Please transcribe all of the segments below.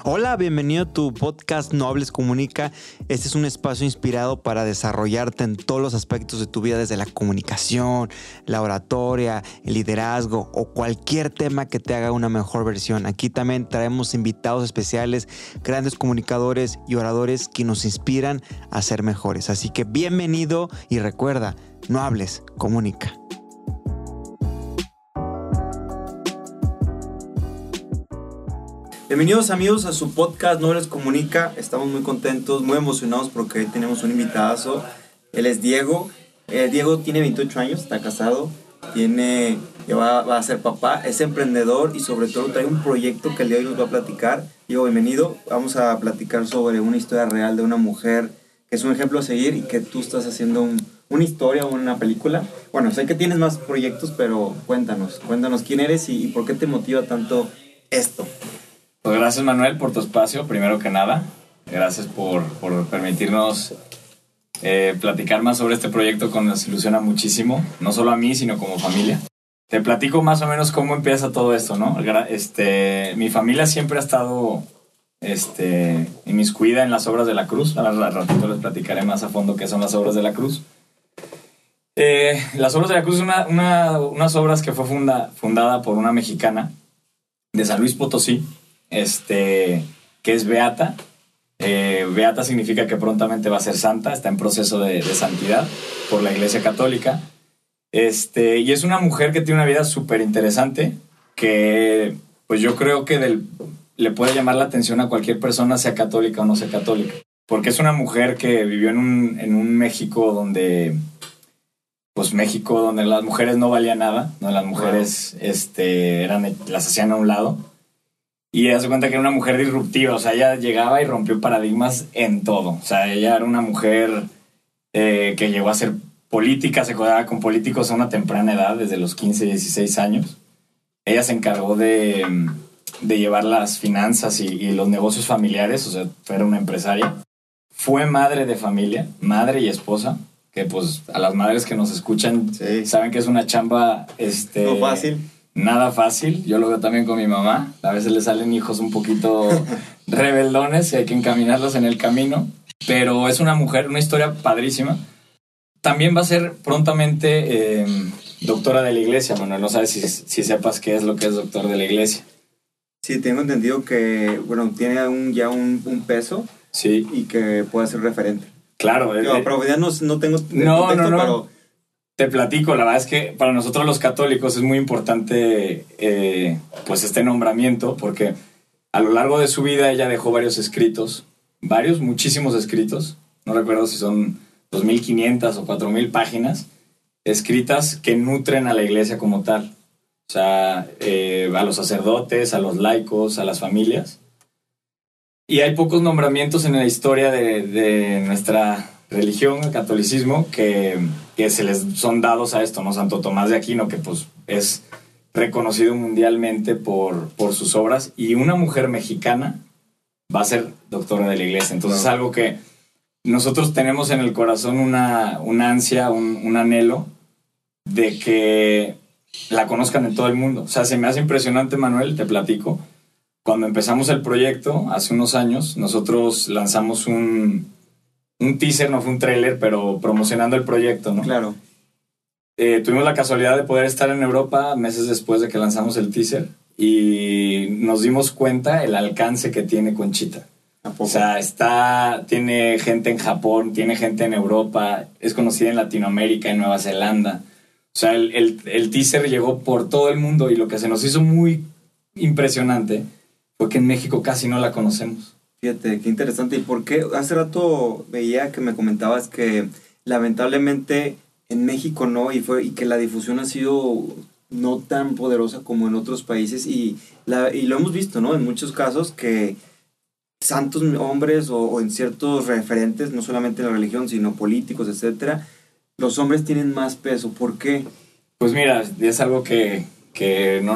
Hola, bienvenido a tu podcast No Hables Comunica. Este es un espacio inspirado para desarrollarte en todos los aspectos de tu vida, desde la comunicación, la oratoria, el liderazgo o cualquier tema que te haga una mejor versión. Aquí también traemos invitados especiales, grandes comunicadores y oradores que nos inspiran a ser mejores. Así que bienvenido y recuerda, no hables, comunica. Bienvenidos amigos a su podcast No Hables Comunica. Estamos muy contentos, muy emocionados porque hoy tenemos un invitadazo. Él es Diego. Diego tiene 28 años, está casado, va a ser papá, es emprendedor y sobre todo trae un proyecto que el día de hoy nos va a platicar. Diego, bienvenido. Vamos a platicar sobre una historia real de una mujer que es un ejemplo a seguir y que tú estás haciendo una historia o una película. Bueno, sé que tienes más proyectos, pero cuéntanos quién eres y por qué te motiva tanto esto. Pues gracias, Manuel, por tu espacio, primero que nada. Gracias por permitirnos platicar más sobre este proyecto que nos ilusiona muchísimo, no solo a mí, sino como familia. Te platico más o menos cómo empieza todo esto, ¿no? Mi familia siempre ha estado inmiscuida en las obras de la cruz. Ahora al ratito les platicaré más a fondo qué son las obras de la cruz. Las obras de la cruz son unas obras que fue fundada por una mexicana de San Luis Potosí, que es beata. Beata significa que prontamente va a ser santa, está en proceso de santidad por la Iglesia Católica. Y es una mujer que tiene una vida súper interesante, que pues yo creo que le puede llamar la atención a cualquier persona, sea católica o no sea católica, porque es una mujer que vivió en un México donde las mujeres no valían nada, donde las mujeres las hacían a un lado. Y ella se cuenta que era una mujer disruptiva, o sea, ella llegaba y rompió paradigmas en todo. O sea, ella era una mujer que llegó a ser política, se codeaba con políticos a una temprana edad, desde los 15, 16 años. Ella se encargó de llevar las finanzas y los negocios familiares, o sea, era una empresaria. Fue madre de familia, madre y esposa, que pues a las madres que nos escuchan sí, saben que es una chamba no fácil. Nada fácil. Yo lo veo también con mi mamá. A veces le salen hijos un poquito rebeldones y hay que encaminarlos en el camino. Pero es una mujer, una historia padrísima. También va a ser prontamente doctora de la iglesia. Bueno, no sabes si sepas qué es lo que es doctor de la iglesia. Sí, tengo entendido que, tiene ya un peso. Sí. Y que puede ser referente. Claro. Pero ya no tengo no, texto, no. Pero... Te platico, la verdad es que para nosotros los católicos es muy importante pues este nombramiento, porque a lo largo de su vida ella dejó varios escritos, muchísimos escritos, no recuerdo si son 2.500 o 4.000 páginas, escritas que nutren a la iglesia como tal, o sea, a los sacerdotes, a los laicos, a las familias. Y hay pocos nombramientos en la historia de nuestra religión, el catolicismo, que se les son dados a esto, ¿no? Santo Tomás de Aquino, que pues es reconocido mundialmente por sus obras, y una mujer mexicana va a ser doctora de la iglesia. Entonces es algo que nosotros tenemos en el corazón una ansia, un anhelo de que la conozcan en todo el mundo. O sea, se me hace impresionante, Manuel, te platico. Cuando empezamos el proyecto, hace unos años, nosotros lanzamos un teaser, no fue un tráiler, pero promocionando el proyecto, ¿no? Claro. Tuvimos la casualidad de poder estar en Europa meses después de que lanzamos el teaser y nos dimos cuenta el alcance que tiene Conchita. ¿A poco? O sea, tiene gente en Japón, tiene gente en Europa, es conocida en Latinoamérica, en Nueva Zelanda. O sea, el teaser llegó por todo el mundo y lo que se nos hizo muy impresionante fue que en México casi no la conocemos. Fíjate, qué interesante. ¿Y por qué? Hace rato veía que me comentabas que lamentablemente en México no, y que la difusión ha sido no tan poderosa como en otros países, y lo hemos visto, ¿no? En muchos casos que santos hombres o en ciertos referentes, no solamente en la religión, sino políticos, etcétera, los hombres tienen más peso. ¿Por qué? Pues mira, es algo que no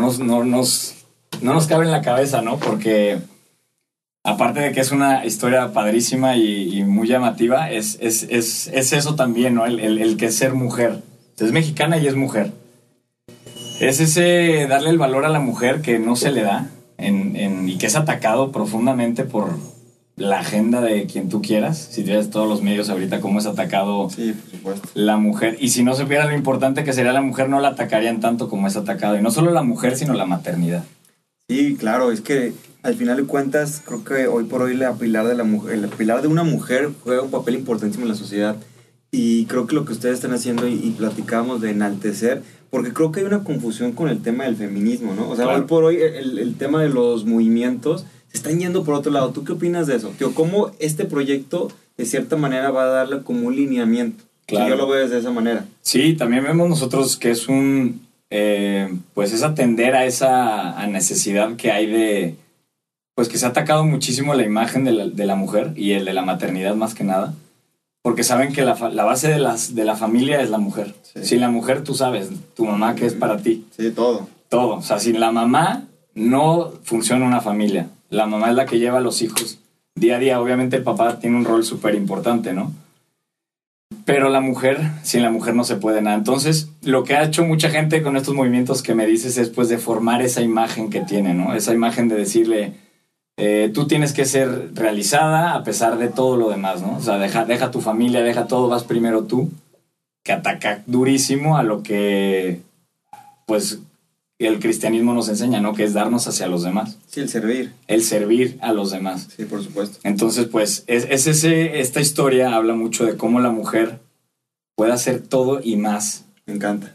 nos cabe en la cabeza, ¿no? Porque aparte de que es una historia padrísima y muy llamativa, es eso también, ¿no? El que es ser mujer. Es mexicana y es mujer. Es ese darle el valor a la mujer que no se le da. y que es atacado profundamente por la agenda de quien tú quieras. Si tienes todos los medios ahorita, cómo es atacado Sí, por supuesto. la mujer. Y si no supiera lo importante que sería la mujer, no la atacarían tanto como es atacado. Y no solo la mujer, sino la maternidad. Sí, claro, es que al final de cuentas creo que hoy por hoy la pilar de la mujer, el pilar de una mujer juega un papel importantísimo en la sociedad. Y creo que lo que ustedes están haciendo y platicamos de enaltecer, porque creo que hay una confusión con el tema del feminismo, ¿no? O sea, Claro. hoy por hoy el tema de los movimientos se están yendo por otro lado. ¿Tú qué opinas de eso? Tío, ¿cómo este proyecto de cierta manera va a darle como un lineamiento? Claro. Yo lo veo de esa manera. Sí, también vemos nosotros que es pues es atender a esa necesidad que hay de, pues que se ha atacado muchísimo la imagen de la mujer y el de la maternidad más que nada, porque saben que la base de la familia es la mujer. Sí. Sin la mujer, tú sabes, tu mamá, ¿qué es para ti? Sí, todo. Todo. O sea, sin la mamá no funciona una familia. La mamá es la que lleva a los hijos día a día. Obviamente el papá tiene un rol súper importante, ¿no? Pero la mujer, sin la mujer no se puede nada. Entonces, lo que ha hecho mucha gente con estos movimientos que me dices es pues de formar esa imagen que tiene, ¿no? Esa imagen de decirle, tú tienes que ser realizada a pesar de todo lo demás, ¿no? O sea, deja tu familia, deja todo, vas primero tú, que ataca durísimo a lo que, pues, el cristianismo nos enseña, ¿no? Que es darnos hacia los demás. Sí, el servir. El servir a los demás. Sí, por supuesto. Entonces, pues, esta historia habla mucho de cómo la mujer puede hacer todo y más. Me encanta.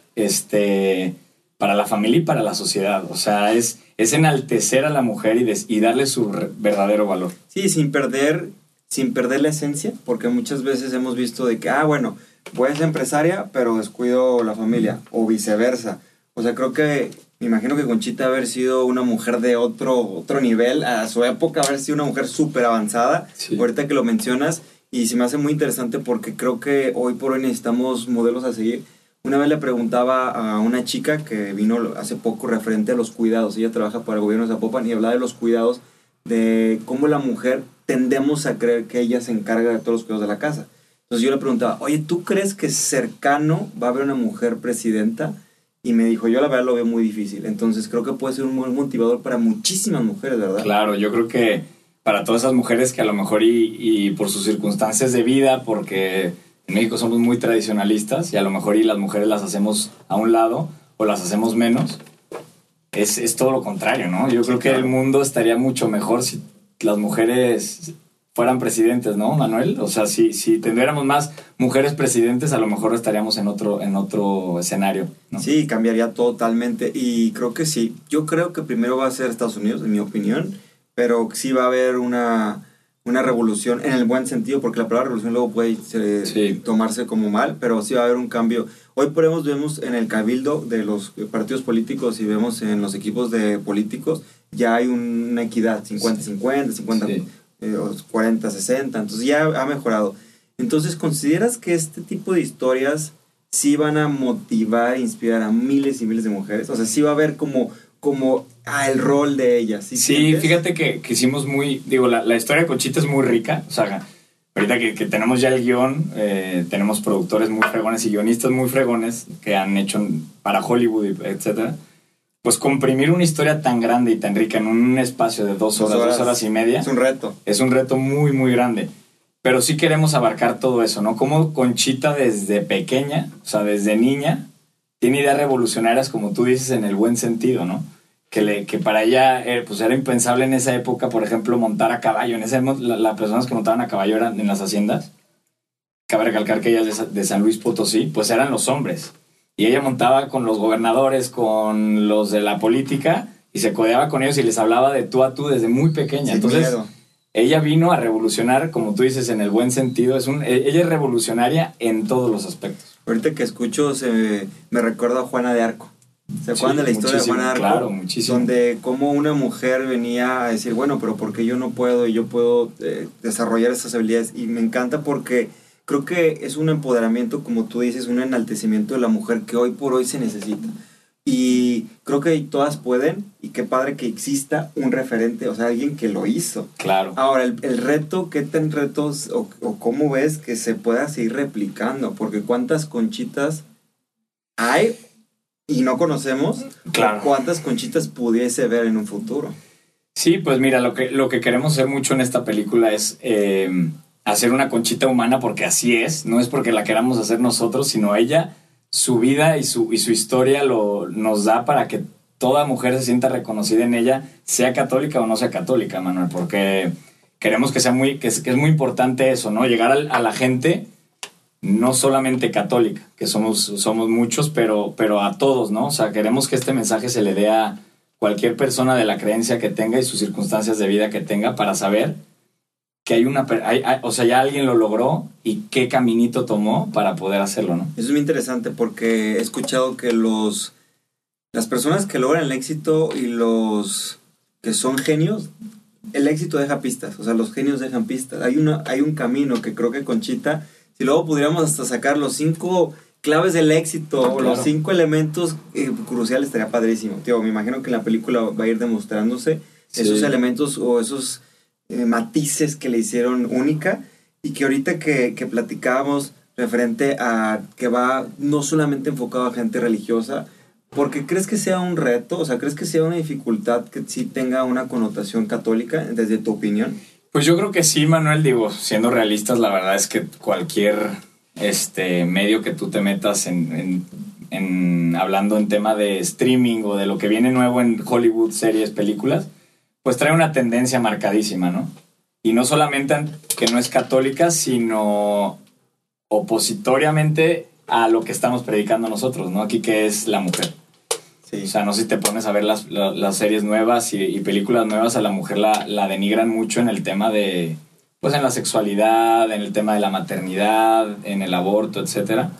Para la familia y para la sociedad. O sea, es enaltecer a la mujer y darle su verdadero valor. Sí, sin perder la esencia, porque muchas veces hemos visto de que, bueno, voy a ser empresaria, pero descuido la familia, o viceversa. O sea, creo que, me imagino que Conchita haber sido una mujer de otro nivel, a su época haber sido una mujer súper avanzada, Sí. Ahorita que lo mencionas, y se me hace muy interesante porque creo que hoy por hoy necesitamos modelos a seguir. Una vez le preguntaba a una chica que vino hace poco referente a los cuidados. Ella trabaja para el gobierno de Zapopan y hablaba de los cuidados, de cómo la mujer tendemos a creer que ella se encarga de todos los cuidados de la casa. Entonces yo le preguntaba, oye, ¿tú crees que cercano va a haber una mujer presidenta? Y me dijo, yo la verdad lo veo muy difícil. Entonces creo que puede ser un buen motivador para muchísimas mujeres, ¿verdad? Claro, yo creo que para todas esas mujeres que a lo mejor y por sus circunstancias de vida, porque en México somos muy tradicionalistas y a lo mejor y las mujeres las hacemos a un lado o las hacemos menos, es todo lo contrario, ¿no? Yo creo que claro. el mundo estaría mucho mejor si las mujeres fueran presidentes, ¿no, Manuel? O sea, si tuviéramos más mujeres presidentes, a lo mejor estaríamos en otro escenario, ¿no? Sí, cambiaría totalmente. Y creo que sí. Yo creo que primero va a ser Estados Unidos, en mi opinión, pero sí va a haber una revolución en el buen sentido, porque la palabra revolución luego puede tomarse como mal, pero sí va a haber un cambio. Hoy por ejemplo vemos en el cabildo de los partidos políticos y vemos en los equipos de políticos, ya hay una equidad, 50-50, 50, Sí. 40-60, entonces ya ha mejorado. Entonces, ¿consideras que este tipo de historias sí van a motivar e inspirar a miles y miles de mujeres? O sea, sí va a haber como el rol de ellas. Sí, fíjate que hicimos la historia de Conchita es muy rica. O sea, ahorita que tenemos ya el guión, tenemos productores muy fregones y guionistas muy fregones que han hecho para Hollywood, etcétera. Pues comprimir una historia tan grande y tan rica en un espacio de 2 horas y media. Es un reto. Es un reto muy, muy grande. Pero sí queremos abarcar todo eso, ¿no? Como Conchita desde pequeña, o sea, desde niña, tiene ideas revolucionarias, como tú dices, en el buen sentido, ¿no? Que para ella pues era impensable en esa época, por ejemplo, montar a caballo. En esa época, las personas que montaban a caballo eran en las haciendas. Cabe recalcar que ella es de San Luis Potosí, pues eran los hombres. Y ella montaba con los gobernadores, con los de la política, y se codeaba con ellos y les hablaba de tú a tú desde muy pequeña. Sin Entonces, miedo. ella vino a revolucionar, como tú dices, en el buen sentido. Ella es revolucionaria en todos los aspectos. Ahorita que escucho, me recuerda a Juana de Arco. ¿Se acuerdan de la historia de Juana de Arco? Claro, muchísimo. Donde como una mujer venía a decir, bueno, pero ¿por qué yo no puedo? Y yo puedo desarrollar esas habilidades. Y me encanta porque creo que es un empoderamiento, como tú dices, un enaltecimiento de la mujer que hoy por hoy se necesita. Y creo que todas pueden, y qué padre que exista un referente, o sea, alguien que lo hizo. Claro. Ahora, el reto, ¿qué tan retos o cómo ves que se pueda seguir replicando? Porque ¿cuántas Conchitas hay y no conocemos? Claro. ¿Cuántas Conchitas pudiese ver en un futuro? Sí, pues mira, lo que queremos hacer mucho en esta película es hacer una Conchita humana, porque así es, no es porque la queramos hacer nosotros, sino ella, su vida y su historia nos da para que toda mujer se sienta reconocida en ella, sea católica o no sea católica, Manuel, porque queremos que es muy importante eso, ¿no? Llegar a la gente, no solamente católica, que somos muchos, pero a todos, ¿no? O sea, queremos que este mensaje se le dé a cualquier persona de la creencia que tenga y sus circunstancias de vida que tenga, para saber que o sea, ya alguien lo logró y qué caminito tomó para poder hacerlo, ¿no? Eso es muy interesante porque he escuchado que las personas que logran el éxito y los que son genios, el éxito deja pistas, o sea, los genios dejan pistas. Hay un camino que creo que Conchita, si luego pudiéramos hasta sacar los 5 claves del éxito, o los 5 elementos cruciales, estaría padrísimo. Tío, me imagino que en la película va a ir demostrándose esos elementos o esos matices que le hicieron única, y que ahorita que platicábamos referente a que va no solamente enfocado a gente religiosa, porque ¿crees que sea un reto? O sea, ¿crees que sea una dificultad que sí tenga una connotación católica, desde tu opinión? Pues yo creo que sí, Manuel. Digo, siendo realistas, la verdad es que cualquier medio que tú te metas hablando en tema de streaming o de lo que viene nuevo en Hollywood, series, películas, pues trae una tendencia marcadísima, ¿no? Y no solamente que no es católica, sino opositoriamente a lo que estamos predicando nosotros, ¿no? Aquí, que es la mujer. Sí. O sea, no sé si te pones a ver las series nuevas y películas nuevas, a la mujer la denigran mucho en el tema de, pues, en la sexualidad, en el tema de la maternidad, en el aborto, etcétera.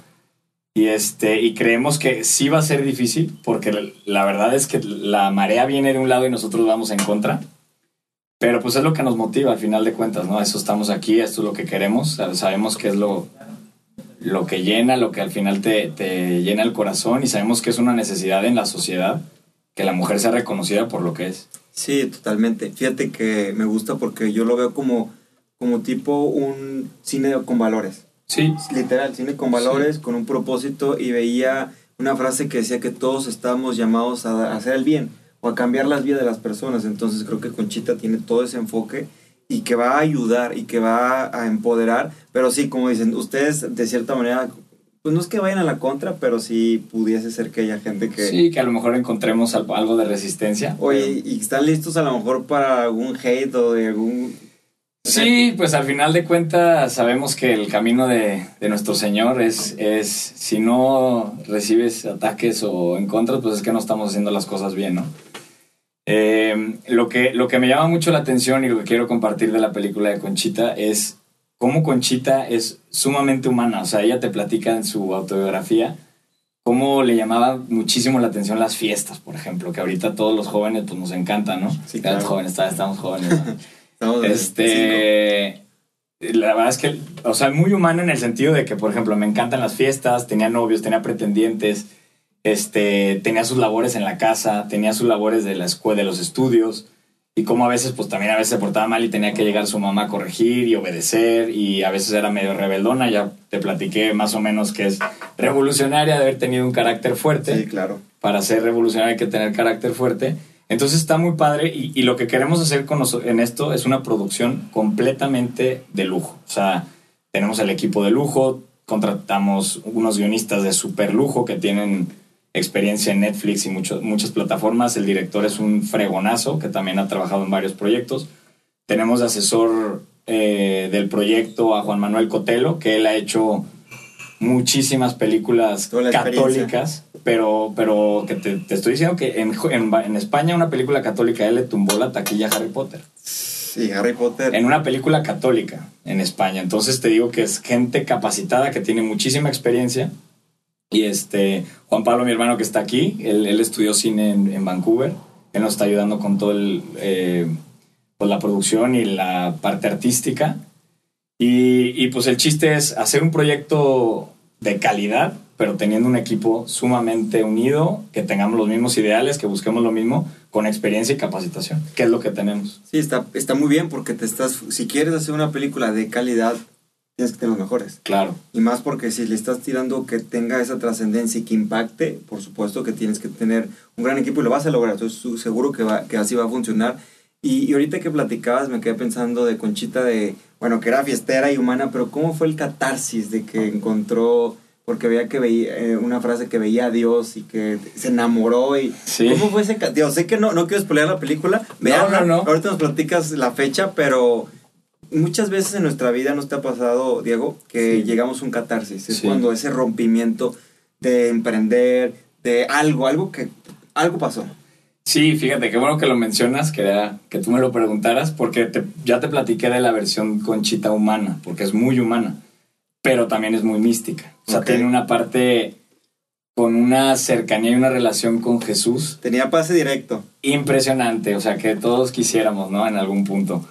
Y creemos que sí va a ser difícil, porque la verdad es que la marea viene de un lado y nosotros vamos en contra. Pero pues es lo que nos motiva al final de cuentas, ¿no? Eso estamos aquí, esto es lo que queremos. Sabemos que es lo que llena, lo que al final te llena el corazón, y sabemos que es una necesidad en la sociedad que la mujer sea reconocida por lo que es. Sí, totalmente. Fíjate que me gusta porque yo lo veo como tipo un cine con valores. Sí. Literal, cine con valores, sí, con un propósito, y veía una frase que decía que todos estamos llamados a hacer el bien o a cambiar las vidas de las personas. Entonces creo que Conchita tiene todo ese enfoque y que va a ayudar y que va a empoderar. Pero sí, como dicen, ustedes de cierta manera, pues no es que vayan a la contra, pero sí pudiese ser que haya gente que... Sí, que a lo mejor encontremos algo de resistencia. Oye, ¿y están listos a lo mejor para algún hate o de algún...? Sí, pues al final de cuentas sabemos que el camino de nuestro Señor es si no recibes ataques o en contra, pues es que no estamos haciendo las cosas bien, ¿no? Lo que me llama mucho la atención y lo que quiero compartir de la película de Conchita es cómo Conchita es sumamente humana. O sea, ella te platica en su autobiografía cómo le llamaba muchísimo la atención las fiestas, por ejemplo, que ahorita todos los jóvenes pues nos encantan, ¿no? Sí, claro. Estamos jóvenes, ¿no? La verdad es que, o sea, muy humana en el sentido de que, por ejemplo, me encantan las fiestas, tenía novios, tenía pretendientes, tenía sus labores en la casa, tenía sus labores de la escuela, de los estudios, y como a veces se portaba mal y tenía que llegar su mamá a corregir y obedecer, y a veces era medio rebeldona. Ya te platiqué más o menos que es revolucionaria, de haber tenido un carácter fuerte. Sí, claro. Para ser revolucionaria hay que tener carácter fuerte. Entonces está muy padre, y lo que queremos hacer en esto es una producción completamente de lujo. O sea, tenemos el equipo de lujo, contratamos unos guionistas de super lujo que tienen experiencia en Netflix y muchas plataformas. El director es un fregonazo que también ha trabajado en varios proyectos. Tenemos de asesor del proyecto a Juan Manuel Cotelo, que él ha hecho muchísimas películas católicas, pero que te estoy diciendo que en España una película católica, él le tumbó la taquilla a Harry Potter. Sí, Harry Potter. En una película católica en España. Entonces te digo que es gente capacitada, que tiene muchísima experiencia. Y Juan Pablo, mi hermano que está aquí, él estudió cine en Vancouver. Él nos está ayudando con todo pues la producción y la parte artística. Y pues el chiste es hacer un proyecto de calidad, pero teniendo un equipo sumamente unido, que tengamos los mismos ideales, que busquemos lo mismo, con experiencia y capacitación, que es lo que tenemos. Sí, está muy bien, porque si quieres hacer una película de calidad, tienes que tener los mejores. Claro. Y más porque si le estás tirando que tenga esa trascendencia y que impacte, por supuesto que tienes que tener un gran equipo y lo vas a lograr. Estoy seguro que así va a funcionar. Y ahorita que platicabas me quedé pensando de Conchita bueno, que era fiestera y humana, pero ¿cómo fue el catarsis de que encontró, porque veía una frase que veía a Dios y que se enamoró y... Sí. ¿Cómo fue ese catarsis? Sé que no quiero spoilear la película, veanla, No. ahorita nos platicas la fecha, pero muchas veces en nuestra vida nos te ha pasado, Diego, que llegamos a un catarsis, es cuando ese rompimiento de emprender, de algo pasó. Sí, fíjate, qué bueno que lo mencionas, quería que tú me lo preguntaras, porque ya te platiqué de la versión Conchita humana, porque es muy humana, pero también es muy mística. O sea, tiene una parte con una cercanía y una relación con Jesús. Tenía pase directo. Impresionante, o sea, que todos quisiéramos, ¿no? En algún punto.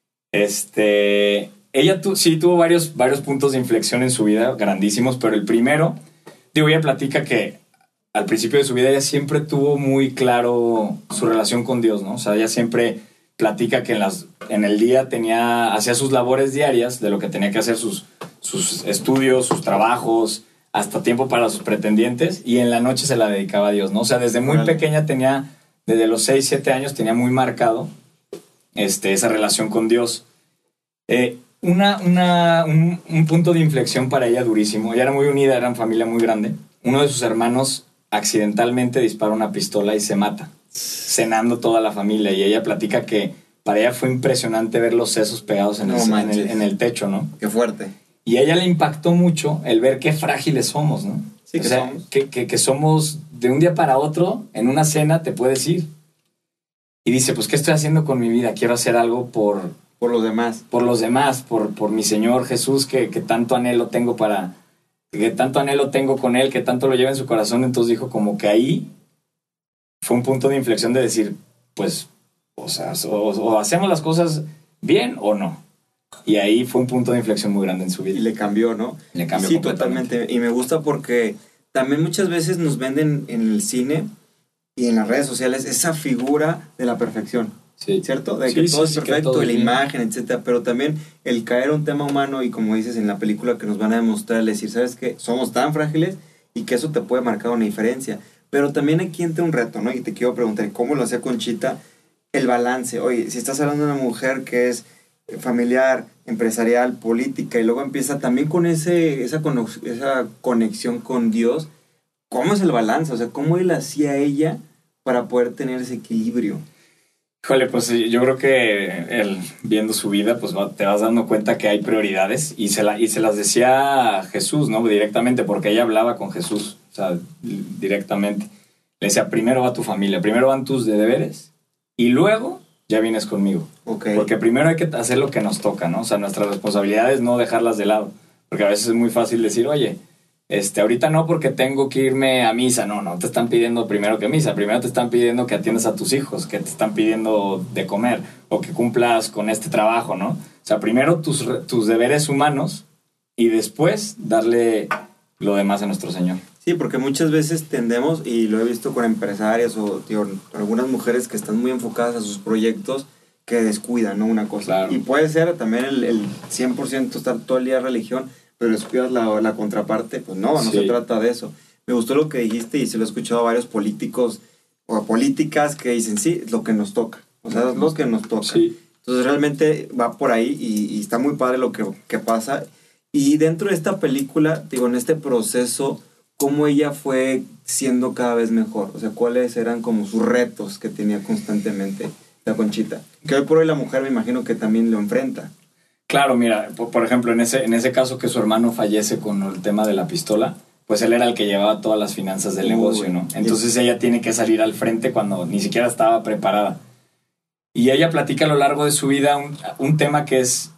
Ella sí tuvo varios puntos de inflexión en su vida, grandísimos, pero el primero, ella platica que al principio de su vida ella siempre tuvo muy claro su relación con Dios, ¿no? O sea, ella siempre platica que en el día hacía sus labores diarias de lo que tenía que hacer, sus estudios, sus trabajos, hasta tiempo para sus pretendientes, y en la noche se la dedicaba a Dios, ¿no? O sea, desde muy pequeña desde los 6, 7 años tenía muy marcado esa relación con Dios. Un punto de inflexión para ella durísimo. Ella era muy unida, eran familia muy grande. Uno de sus hermanos accidentalmente dispara una pistola y se mata, cenando toda la familia, y ella platica que para ella fue impresionante ver los sesos pegados en el techo, ¿no? Qué fuerte. Y a ella le impactó mucho el ver qué frágiles somos, ¿no? Sí, que somos de un día para otro, en una cena te puedes ir. Y dice, pues, ¿qué estoy haciendo con mi vida? Quiero hacer algo por los demás. Por los demás, por mi Señor Jesús, que tanto anhelo tengo con Él, que tanto lo lleva en su corazón. Entonces dijo como que ahí fue un punto de inflexión de decir, pues, o sea, o hacemos las cosas bien o no. Y ahí fue un punto de inflexión muy grande en su vida. Y le cambió, ¿no? Le cambió sí, completamente. Totalmente. Y me gusta porque también muchas veces nos venden en el cine y en las redes sociales esa figura de la perfección. Sí. ¿Cierto? De que todo es perfecto, la imagen, etcétera. Pero también el caer a un tema humano, y como dices en la película que nos van a demostrar, decir, ¿sabes qué? Somos tan frágiles y que eso te puede marcar una diferencia. Pero también aquí entra un reto, ¿no? Y te quiero preguntar, ¿cómo lo hacía Conchita? El balance. Oye, si estás hablando de una mujer que es familiar, empresarial, política, y luego empieza también con esa conexión con Dios, ¿cómo es el balance? O sea, ¿cómo él hacía ella para poder tener ese equilibrio? Híjole, pues yo creo que él, viendo su vida, pues te vas dando cuenta que hay prioridades, y se las decía a Jesús, ¿no? Directamente, porque ella hablaba con Jesús, o sea, directamente. Le decía, primero va tu familia, primero van tus deberes, y luego ya vienes conmigo. Okay. Porque primero hay que hacer lo que nos toca, ¿no? O sea, nuestras responsabilidades no dejarlas de lado. Porque a veces es muy fácil decir, oye, ahorita no porque tengo que irme a misa. No te están pidiendo primero que misa. Primero te están pidiendo que atiendas a tus hijos, que te están pidiendo de comer, o que cumplas con este trabajo, ¿no? O sea, primero tus deberes humanos, y después darle lo demás a nuestro Señor. Sí, porque muchas veces tendemos, y lo he visto con empresarias o algunas mujeres que están muy enfocadas a sus proyectos, que descuidan, ¿no? Una cosa. Claro. Y puede ser también el 100% estar todo el día en religión, pero descuidas la contraparte. Pues no se trata de eso. Me gustó lo que dijiste, y se lo he escuchado a varios políticos o políticas que dicen, sí, es lo que nos toca. O sea, es lo que nos toca. Sí. Entonces realmente va por ahí, y está muy padre lo que pasa. Y dentro de esta película, en este proceso, ¿cómo ella fue siendo cada vez mejor? O sea, ¿cuáles eran como sus retos que tenía constantemente la Conchita? Que hoy por hoy la mujer me imagino que también lo enfrenta. Claro, mira, por ejemplo, en ese caso que su hermano fallece con el tema de la pistola, pues él era el que llevaba todas las finanzas del negocio, ¿no? Entonces ella tiene que salir al frente cuando ni siquiera estaba preparada. Y ella platica a lo largo de su vida un tema que es,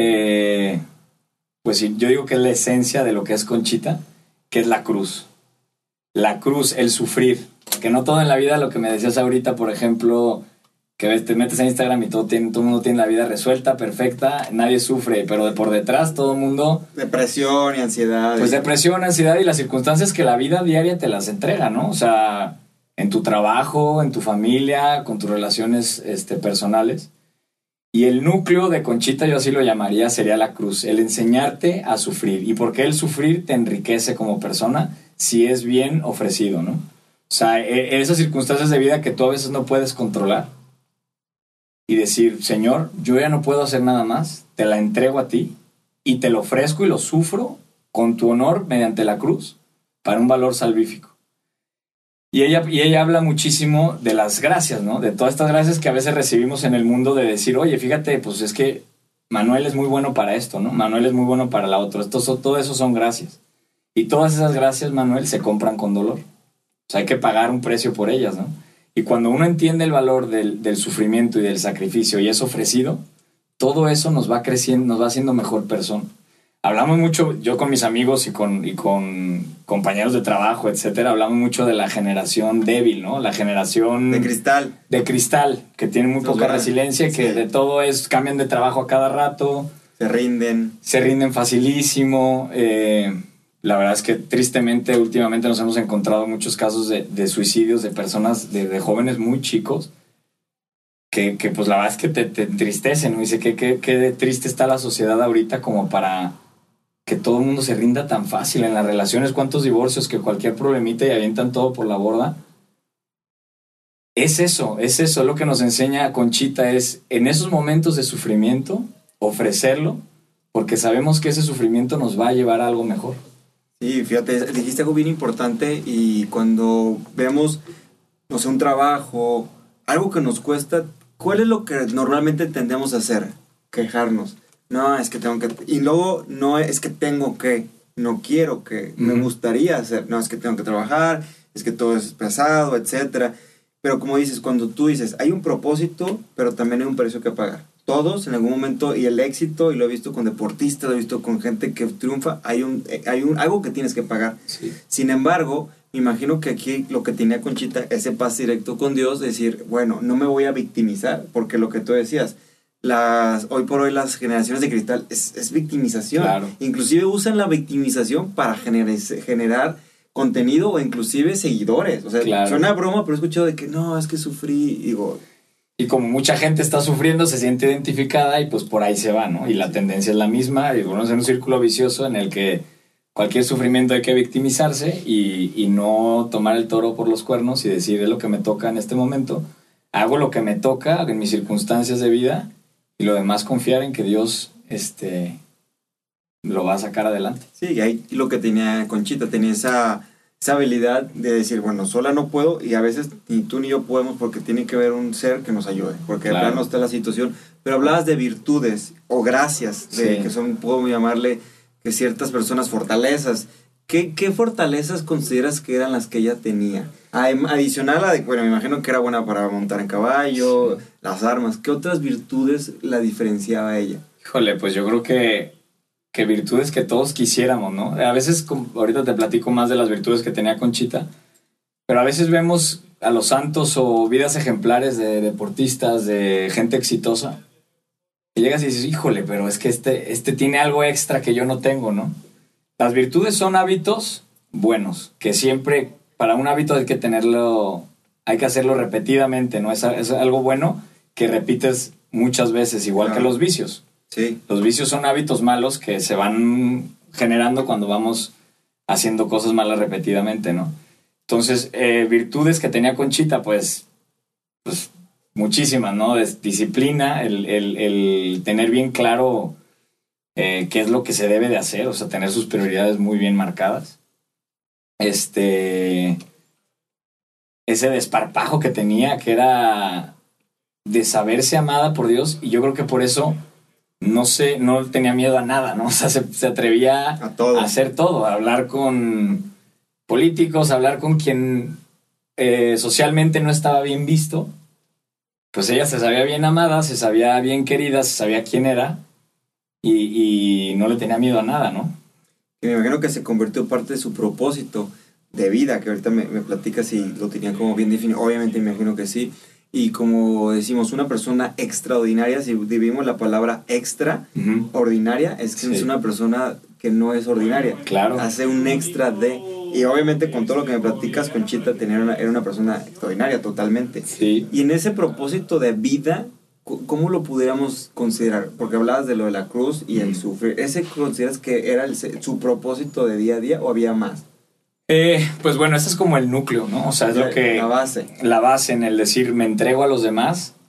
pues yo digo que es la esencia de lo que es Conchita, que es la cruz. La cruz, el sufrir. Que no todo en la vida, lo que me decías ahorita, por ejemplo, que te metes en Instagram y todo el mundo tiene la vida resuelta, perfecta, nadie sufre, pero por detrás todo el mundo... Depresión y ansiedad. Pues depresión, ansiedad y las circunstancias que la vida diaria te las entrega, ¿no? O sea, en tu trabajo, en tu familia, con tus relaciones personales. Y el núcleo de Conchita, yo así lo llamaría, sería la cruz, el enseñarte a sufrir. Y porque el sufrir te enriquece como persona si es bien ofrecido, ¿no? O sea, esas circunstancias de vida que tú a veces no puedes controlar, y decir, Señor, yo ya no puedo hacer nada más, te la entrego a ti y te lo ofrezco y lo sufro con tu honor mediante la cruz para un valor salvífico. Y ella habla muchísimo de las gracias, ¿no? De todas estas gracias que a veces recibimos en el mundo, de decir, oye, fíjate, pues es que Manuel es muy bueno para esto, ¿no? Manuel es muy bueno para la otra. Todo eso son gracias. Y todas esas gracias, Manuel, se compran con dolor. O sea, hay que pagar un precio por ellas, ¿no? Y cuando uno entiende el valor del sufrimiento y del sacrificio y es ofrecido, todo eso nos va creciendo, nos va haciendo mejor persona. Hablamos mucho, yo con mis amigos y con compañeros de trabajo, etcétera, hablamos mucho de la generación débil, ¿no? La generación... De cristal, que tiene muy poca resiliencia y que de todo es, cambian de trabajo a cada rato. Se rinden facilísimo. La verdad es que tristemente últimamente nos hemos encontrado muchos casos de suicidios de personas, de jóvenes muy chicos, que pues la verdad es que te entristecen, ¿no? Dice que triste está la sociedad ahorita como para que todo el mundo se rinda tan fácil en las relaciones. ¿Cuántos divorcios que cualquier problemita y avientan todo por la borda? Es eso lo que nos enseña Conchita, es en esos momentos de sufrimiento ofrecerlo, porque sabemos que ese sufrimiento nos va a llevar a algo mejor. Sí, fíjate, dijiste algo bien importante, y cuando vemos, no sé, un trabajo, algo que nos cuesta, ¿cuál es lo que normalmente tendemos a hacer? Quejarnos. No, es que tengo que... Y luego, no es que tengo que, no quiero que, me gustaría hacer. No, es que tengo que trabajar, es que todo es pesado, etcétera. Pero como dices, cuando tú dices, hay un propósito, pero también hay un precio que pagar. Todos en algún momento, y el éxito, y lo he visto con deportistas, lo he visto con gente que triunfa, hay algo que tienes que pagar. Sí. Sin embargo, me imagino que aquí lo que tenía Conchita, ese pase directo con Dios, decir, bueno, no me voy a victimizar, porque lo que tú decías, hoy por hoy las generaciones de cristal es victimización. Claro. Inclusive usan la victimización para generar contenido o inclusive seguidores. O sea, claro, suena broma, pero he escuchado de que no, es que sufrí, digo... Y como mucha gente está sufriendo, se siente identificada y pues por ahí se va, ¿no? Y la tendencia es la misma, y bueno, es un círculo vicioso en el que cualquier sufrimiento hay que victimizarse y no tomar el toro por los cuernos y decir, es lo que me toca en este momento, hago lo que me toca en mis circunstancias de vida y lo demás confiar en que Dios lo va a sacar adelante. Sí, y ahí lo que tenía Conchita, tenía esa habilidad de decir, bueno, sola no puedo, y a veces ni tú ni yo podemos, porque tiene que haber un ser que nos ayude, porque claro, de plano está la situación. Pero hablabas de virtudes o gracias, sí, que son, puedo llamarle, que ciertas personas fortalezas. ¿Qué fortalezas consideras que eran las que ella tenía? Adicional a, bueno, me imagino que era buena para montar en caballo, sí, las armas. ¿Qué otras virtudes la diferenciaba a ella? Híjole, pues yo creo que virtudes que todos quisiéramos, ¿no? A veces, ahorita te platico más de las virtudes que tenía Conchita, pero a veces vemos a los santos o vidas ejemplares de deportistas, de gente exitosa, y llegas y dices, híjole, pero es que este tiene algo extra que yo no tengo, ¿no? Las virtudes son hábitos buenos, que siempre, para un hábito hay que tenerlo, hay que hacerlo repetidamente, ¿no? Es algo bueno que repites muchas veces, igual que los vicios. Sí. Los vicios son hábitos malos que se van generando cuando vamos haciendo cosas malas repetidamente, ¿no? Entonces, virtudes que tenía Conchita, pues muchísimas, ¿no? Disciplina, el tener bien claro qué es lo que se debe de hacer, o sea, tener sus prioridades muy bien marcadas. Ese desparpajo que tenía, que era de saberse amada por Dios, y yo creo que por eso no tenía miedo a nada, ¿no? O sea, se atrevía a hacer todo, a hablar con políticos, a hablar con quien socialmente no estaba bien visto. Pues ella se sabía bien amada, se sabía bien querida, se sabía quién era, y no le tenía miedo a nada, ¿no? Y me imagino que se convirtió parte de su propósito de vida, que ahorita me platicas si lo tenían como bien definido. Obviamente me imagino que sí. Y como decimos, una persona extraordinaria, si dividimos la palabra extraordinaria, es que es una persona que no es ordinaria. Claro. Hace un extra de... Y obviamente con todo lo que me platicas, Conchita era una persona extraordinaria totalmente. Sí. Y en ese propósito de vida, ¿cómo lo pudiéramos considerar? Porque hablabas de lo de la cruz y el sufrir. ¿Ese consideras que era su propósito de día a día o había más? Pues bueno, ese es como el núcleo, ¿no? O sea, es lo que... La base. La base en el decir, me entrego a los demás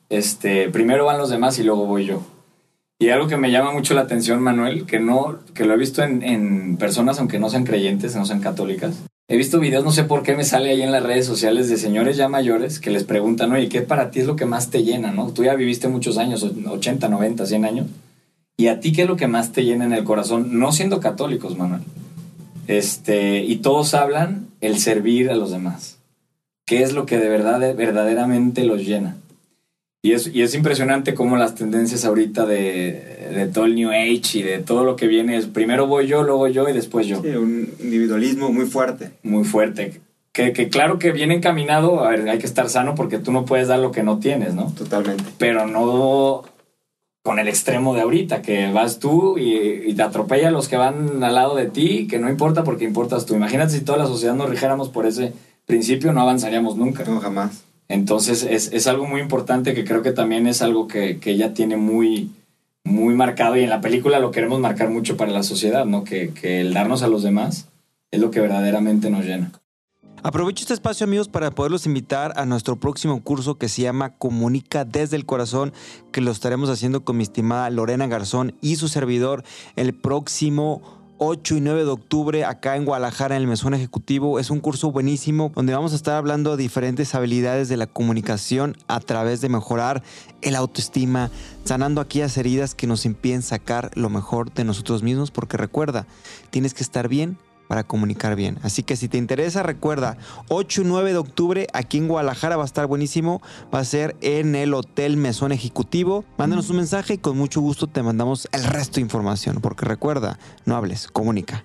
primero van los demás y luego voy yo. Y algo que me llama mucho la atención, Manuel, que lo he visto en personas, aunque no sean creyentes, no sean católicas. He visto videos, no sé por qué me sale ahí en las redes sociales de señores ya mayores que les preguntan, oye, ¿qué para ti es lo que más te llena, no? Tú ya viviste muchos años, 80, 90, 100 años. ¿Y a ti qué es lo que más te llena en el corazón? No siendo católicos, Manuel. Y todos hablan el servir a los demás. ¿Qué es lo que de verdad, verdaderamente los llena? Y es impresionante cómo las tendencias ahorita de todo el New Age y de todo lo que viene es primero voy yo, luego yo y después yo. Sí, un individualismo muy fuerte. Muy fuerte. Que claro que viene encaminado, a ver, hay que estar sano porque tú no puedes dar lo que no tienes, ¿no? Totalmente. Pero no con el extremo de ahorita, que vas tú y te atropella a los que van al lado de ti, que no importa porque importas tú. Imagínate si toda la sociedad nos rigiéramos por ese principio, no avanzaríamos nunca. No, jamás. Entonces es algo muy importante que creo que también es algo que ella tiene muy, muy marcado y en la película lo queremos marcar mucho para la sociedad, ¿no? Que el darnos a los demás es lo que verdaderamente nos llena. Aprovecho este espacio, amigos, para poderlos invitar a nuestro próximo curso que se llama Comunica desde el Corazón, que lo estaremos haciendo con mi estimada Lorena Garzón y su servidor el próximo 8 y 9 de octubre acá en Guadalajara en el Mesón Ejecutivo. Es un curso buenísimo donde vamos a estar hablando de diferentes habilidades de la comunicación a través de mejorar el autoestima, sanando aquellas heridas que nos impiden sacar lo mejor de nosotros mismos, porque recuerda, tienes que estar bien para comunicar bien. Así que si te interesa, recuerda, 8 y 9 de octubre aquí en Guadalajara va a estar buenísimo. Va a ser en el Hotel Mesón Ejecutivo. Mándanos un mensaje y con mucho gusto te mandamos el resto de información. Porque recuerda, no hables, comunica.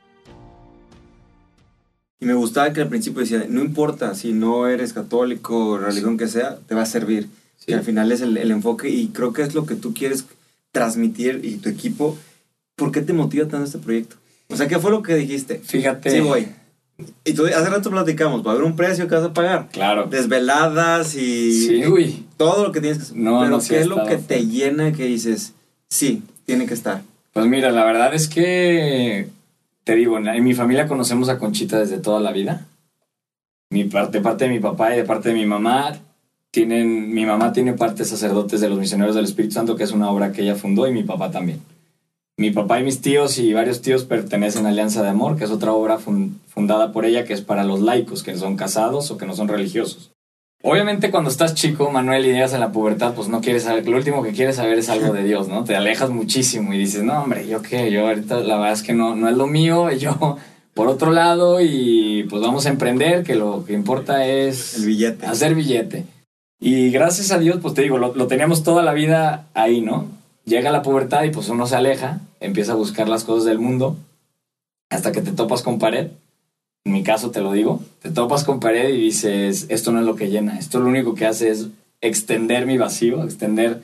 Y me gustaba que al principio decía, no importa si no eres católico o religión que sea, te va a servir. Sí. Que al final es el enfoque y creo que es lo que tú quieres transmitir y tu equipo. ¿Por qué te motiva tanto este proyecto? O sea, ¿qué fue lo que dijiste? Fíjate. Sí, voy. Y tú, hace rato platicamos, va a haber un precio que vas a pagar. Claro. Desveladas y... Sí, uy. Todo lo que tienes que hacer. No, pero no, ¿qué es lo que te llena que dices, sí, tiene que estar? Pues mira, la verdad es que, te digo, en mi familia conocemos a Conchita desde toda la vida. De parte de mi papá y de parte de mi mamá. Mi mamá tiene parte sacerdotes de los Misioneros del Espíritu Santo, que es una obra que ella fundó, y mi papá también. Mi papá y mis tíos y varios tíos pertenecen a Alianza de Amor, que es otra obra fundada por ella, que es para los laicos, que son casados o que no son religiosos. Obviamente cuando estás chico, Manuel, y llegas a la pubertad, pues no quieres saber, lo último que quieres saber es algo de Dios, ¿no? Te alejas muchísimo y dices, no, hombre, ¿yo qué? Yo ahorita la verdad es que no es lo mío, yo por otro lado, y pues vamos a emprender, que lo que importa es... el billete. Hacer billete. Y gracias a Dios, pues te digo, lo teníamos toda la vida ahí, ¿no? Llega la pubertad y pues uno se aleja, empieza a buscar las cosas del mundo, hasta que te topas con pared. En mi caso te lo digo, te topas con pared y dices, esto no es lo que llena, esto lo único que hace es extender mi vacío, extender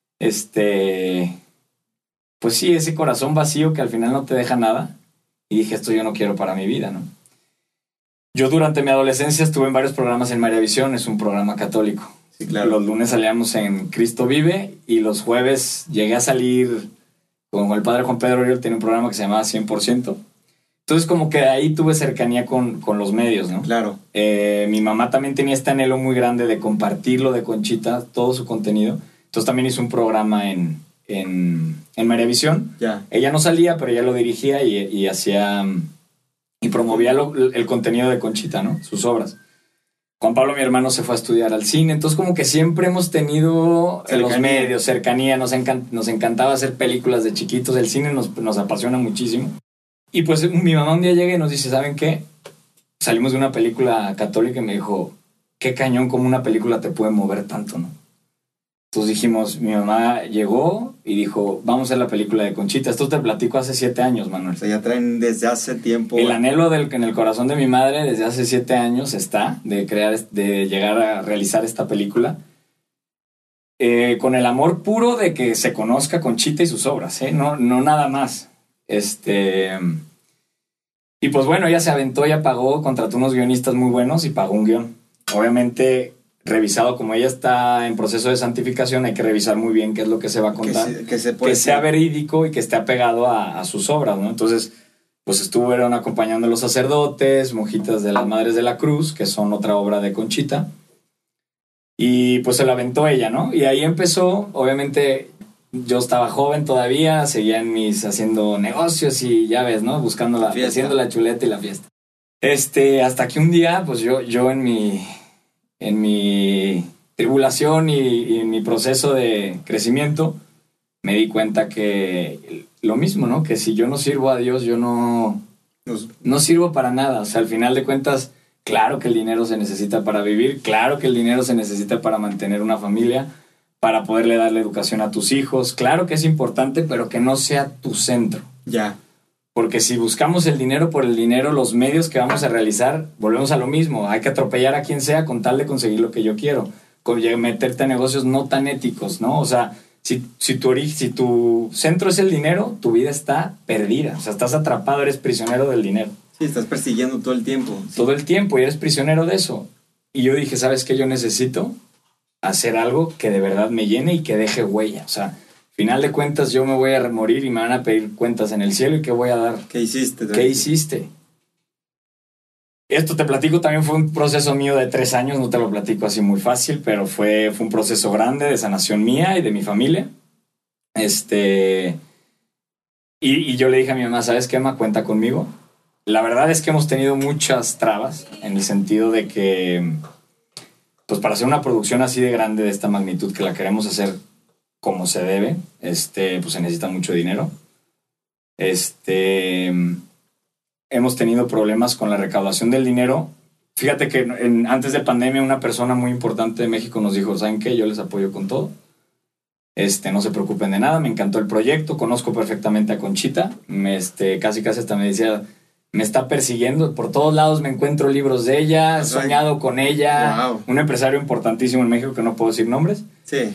pues sí, ese corazón vacío que al final no te deja nada. Y dije, esto yo no quiero para mi vida, ¿no? Yo durante mi adolescencia estuve en varios programas en María Visión, es un programa católico. Sí, claro. Los lunes salíamos en Cristo Vive y los jueves llegué a salir con el padre Juan Pedro Oriol, tiene un programa que se llamaba 100%. Entonces como que ahí tuve cercanía con los medios, ¿no? Claro. Mi mamá también tenía este anhelo muy grande de compartirlo de Conchita, todo su contenido. Entonces también hizo un programa en María Visión. Ya. Ella no salía, pero ella lo dirigía y hacía y promovía el contenido de Conchita, ¿no? Sus obras. Juan Pablo, mi hermano, se fue a estudiar al cine. Entonces como que siempre hemos tenido en los medios, cercanía. Nos encantaba hacer películas de chiquitos. El cine nos apasiona muchísimo. Y pues mi mamá un día llega y nos dice, ¿saben qué? Salimos de una película católica y me dijo, qué cañón como una película te puede mover tanto, ¿no? Entonces dijimos, mi mamá llegó y dijo, vamos a hacer la película de Conchita. Esto te platico hace 7 años, Manuel. O sea, ya traen desde hace tiempo. El anhelo en el corazón de mi madre desde hace 7 años está de llegar a realizar esta película. Con el amor puro de que se conozca Conchita y sus obras, no nada más. Y pues bueno, ella se aventó, ella pagó, contrató unos guionistas muy buenos y pagó un guión. Obviamente, revisado, como ella está en proceso de santificación, hay que revisar muy bien qué es lo que se va a contar, que sea verídico y que esté apegado a sus obras, ¿no? Entonces, pues estuvieron acompañando a los sacerdotes, monjitas de las Madres de la Cruz, que son otra obra de Conchita. Y pues se la aventó ella, ¿no? Y ahí empezó, obviamente yo estaba joven todavía, seguía haciendo negocios y ya ves, ¿no? Buscando haciendo la chuleta y la fiesta. Hasta que un día, pues yo en mi tribulación y en mi proceso de crecimiento, me di cuenta que lo mismo, ¿no? Que si yo no sirvo a Dios, yo no sirvo para nada. O sea, al final de cuentas, claro que el dinero se necesita para vivir, claro que el dinero se necesita para mantener una familia, para poderle darle educación a tus hijos. Claro que es importante, pero que no sea tu centro. Ya. Porque si buscamos el dinero por el dinero, los medios que vamos a realizar, volvemos a lo mismo. Hay que atropellar a quien sea con tal de conseguir lo que yo quiero. Meterte a negocios no tan éticos, ¿no? O sea, si tu centro es el dinero, tu vida está perdida. O sea, estás atrapado, eres prisionero del dinero. Sí, estás persiguiendo todo el tiempo. Sí. Todo el tiempo y eres prisionero de eso. Y yo dije, ¿sabes qué? Yo necesito hacer algo que de verdad me llene y que deje huella. O sea, final de cuentas yo me voy a morir y me van a pedir cuentas en el cielo. ¿Y qué voy a dar? ¿Qué hiciste? ¿Qué hiciste? Esto te platico, también fue un proceso mío de 3 años, no te lo platico así muy fácil, pero fue un proceso grande de sanación mía y de mi familia. Y yo le dije a mi mamá, ¿sabes qué, ma? Cuenta conmigo. La verdad es que hemos tenido muchas trabas en el sentido de que, pues para hacer una producción así de grande, de esta magnitud, que la queremos hacer como se debe, pues se necesita mucho dinero. Hemos tenido problemas con la recaudación del dinero. Fíjate que antes de pandemia una persona muy importante de México nos dijo, ¿saben qué? Yo les apoyo con todo. No se preocupen de nada, me encantó el proyecto, conozco perfectamente a Conchita. Casi hasta me decía, me está persiguiendo, por todos lados me encuentro libros de ella, he soñado con ella. Wow. Un empresario importantísimo en México que no puedo decir nombres. Sí.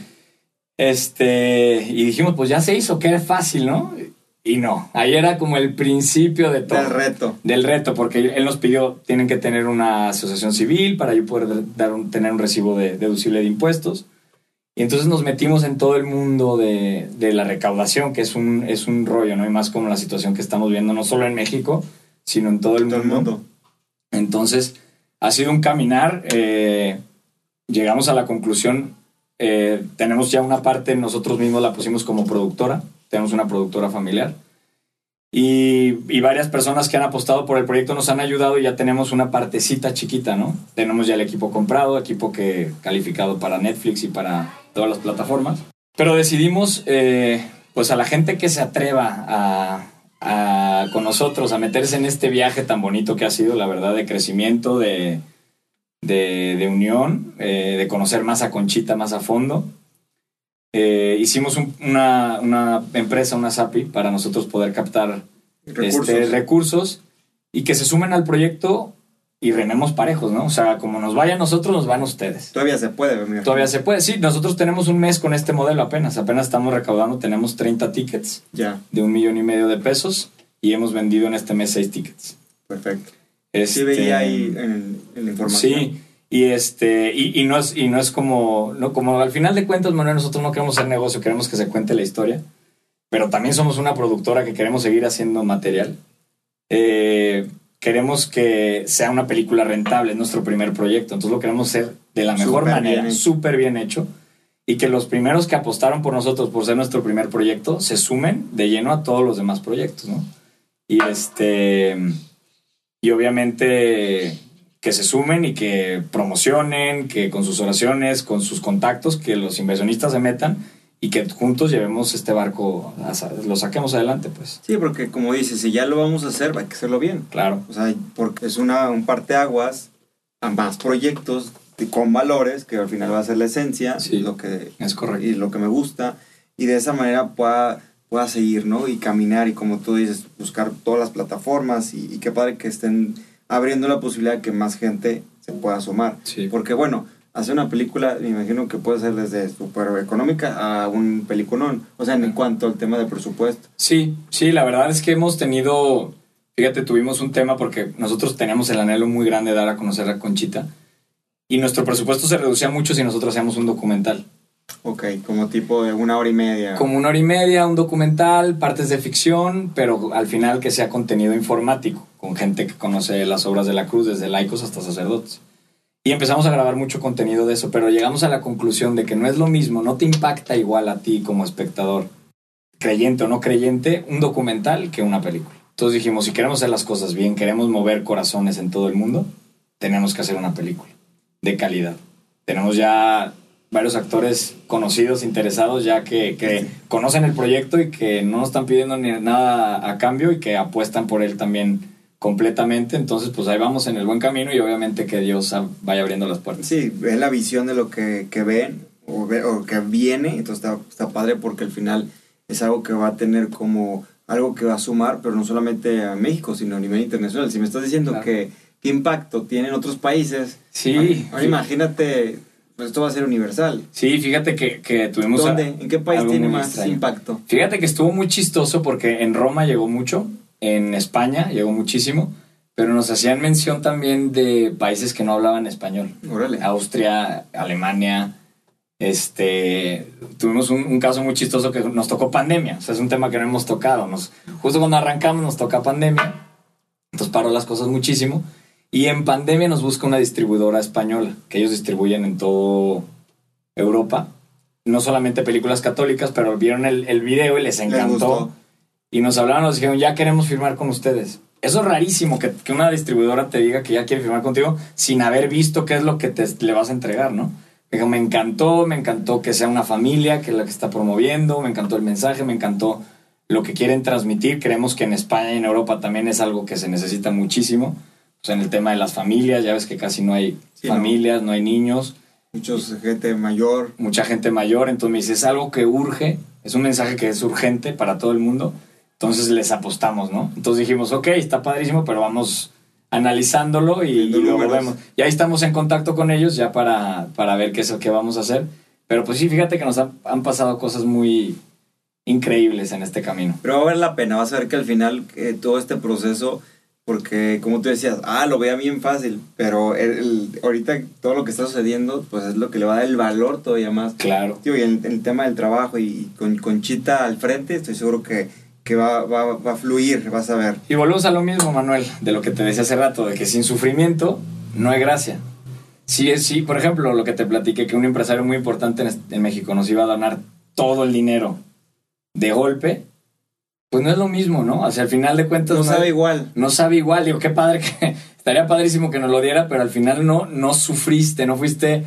Y dijimos, pues ya se hizo, que es fácil, ¿no? Y no, ahí era como el principio de todo. Del reto, porque él nos pidió, tienen que tener una asociación civil para yo poder tener un recibo deducible de impuestos. Y entonces nos metimos en todo el mundo de la recaudación, que es un rollo, ¿no? Y más como la situación que estamos viendo, no solo en México, sino en todo el mundo. Entonces, ha sido un caminar. Llegamos a la conclusión, tenemos ya una parte, nosotros mismos la pusimos como productora. Tenemos una productora familiar y varias personas que han apostado por el proyecto nos han ayudado y ya tenemos una partecita chiquita, ¿no? Tenemos ya el equipo comprado, equipo que calificado para Netflix y para todas las plataformas. Pero decidimos, pues a la gente que se atreva con nosotros a meterse en este viaje tan bonito que ha sido, la verdad, de crecimiento, de unión, de conocer más a Conchita más a fondo. Hicimos una empresa, una SAPI, para nosotros poder captar recursos y que se sumen al proyecto y rememos parejos, ¿no? O sea, como nos vaya a nosotros, nos van ustedes. Todavía se puede. Todavía se puede, sí. Nosotros tenemos un mes con este modelo apenas estamos recaudando, tenemos 30 tickets de $1.5 million y hemos vendido en este mes 6 tickets. Perfecto. Sí veía ahí en la información. Sí. Y no es como al final de cuentas, Manuel, nosotros no queremos hacer negocio, queremos que se cuente la historia, pero también somos una productora que queremos seguir haciendo material. Queremos que sea una película rentable, es nuestro primer proyecto, entonces lo queremos hacer de la mejor manera, súper bien hecho, y que los primeros que apostaron por nosotros por ser nuestro primer proyecto se sumen de lleno a todos los demás proyectos, ¿no? Y obviamente que se sumen y que promocionen, que con sus oraciones, con sus contactos, que los inversionistas se metan y que juntos llevemos este barco, lo saquemos adelante, pues. Sí, porque como dices, si ya lo vamos a hacer, hay que hacerlo bien. Claro. O sea, porque es un parteaguas a más proyectos con valores, que al final va a ser la esencia, sí, lo que es correcto. Y lo que me gusta, y de esa manera pueda seguir, ¿no? Y caminar, y como tú dices, buscar todas las plataformas, y qué padre que estén abriendo la posibilidad de que más gente se pueda asomar. Sí. Porque bueno, hacer una película, me imagino que puede ser desde súper económica a un peliculón. O sea, en cuanto al tema de presupuesto. Sí, la verdad es que hemos tenido, fíjate, tuvimos un tema porque nosotros teníamos el anhelo muy grande de dar a conocer a Conchita y nuestro presupuesto se reducía mucho si nosotros hacíamos un documental. Ok, como tipo de 1 hora y media. Como 1 hora y media, un documental, partes de ficción, pero al final que sea contenido informático, con gente que conoce las obras de la cruz, desde laicos hasta sacerdotes. Y empezamos a grabar mucho contenido de eso, pero llegamos a la conclusión de que no es lo mismo, no te impacta igual a ti como espectador, creyente o no creyente, un documental que una película. Entonces dijimos, si queremos hacer las cosas bien, queremos mover corazones en todo el mundo, tenemos que hacer una película de calidad. Tenemos ya varios actores conocidos, interesados, ya que conocen el proyecto y que no nos están pidiendo ni nada a cambio y que apuestan por él también completamente. Entonces, pues ahí vamos en el buen camino y obviamente que Dios vaya abriendo las puertas. Sí, es la visión de lo que ven o que viene, entonces está padre porque al final es algo que va a tener como algo que va a sumar, pero no solamente a México, sino a nivel internacional. Si me estás diciendo claro, que qué impacto tiene en otros países, sí, ahora imagínate, pues esto va a ser universal. Sí, fíjate que tuvimos... ¿Dónde? ¿En qué país tiene más extraño impacto? Fíjate que estuvo muy chistoso porque en Roma llegó mucho, en España llegó muchísimo, pero nos hacían mención también de países que no hablaban español. Órale. Austria, Alemania... tuvimos un caso muy chistoso que nos tocó pandemia. O sea, es un tema que no hemos tocado. Justo cuando arrancamos nos toca pandemia, entonces paró las cosas muchísimo. Y en pandemia nos busca una distribuidora española, que ellos distribuyen en toda Europa. No solamente películas católicas, pero vieron el video y les encantó. Y nos hablaron, nos dijeron, ya queremos firmar con ustedes. Eso es rarísimo, que una distribuidora te diga que ya quiere firmar contigo sin haber visto qué es lo que le vas a entregar, ¿no? Me encantó que sea una familia, que es la que está promoviendo, me encantó el mensaje, me encantó lo que quieren transmitir. Creemos que en España y en Europa también es algo que se necesita muchísimo. O sea, en el tema de las familias, ya ves que casi no hay familias, no hay niños. Mucha gente mayor. Mucha gente mayor, entonces me dice, es algo que urge, es un mensaje que es urgente para todo el mundo. Entonces les apostamos, ¿no? Entonces dijimos, ok, está padrísimo, pero vamos analizándolo y luego vemos. Y ahí estamos en contacto con ellos ya para ver qué es lo que vamos a hacer. Pero pues sí, fíjate que nos han pasado cosas muy increíbles en este camino. Pero va a valer la pena, vas a ver que al final todo este proceso, porque como tú decías, lo veía bien fácil, pero ahorita todo lo que está sucediendo, pues es lo que le va a dar el valor todavía más. Claro. Tío, y el tema del trabajo y con Conchita al frente, estoy seguro que va a fluir, vas a ver. Y volvemos a lo mismo, Manuel, de lo que te decía hace rato, de que sin sufrimiento no hay gracia. Sí, por ejemplo, lo que te platiqué, que un empresario muy importante en México nos iba a donar todo el dinero de golpe, pues no es lo mismo, ¿no? O sea, al final de cuentas... No sabe igual. No sabe igual. Digo, qué padre que... Estaría padrísimo que nos lo diera, pero al final no sufriste, no fuiste,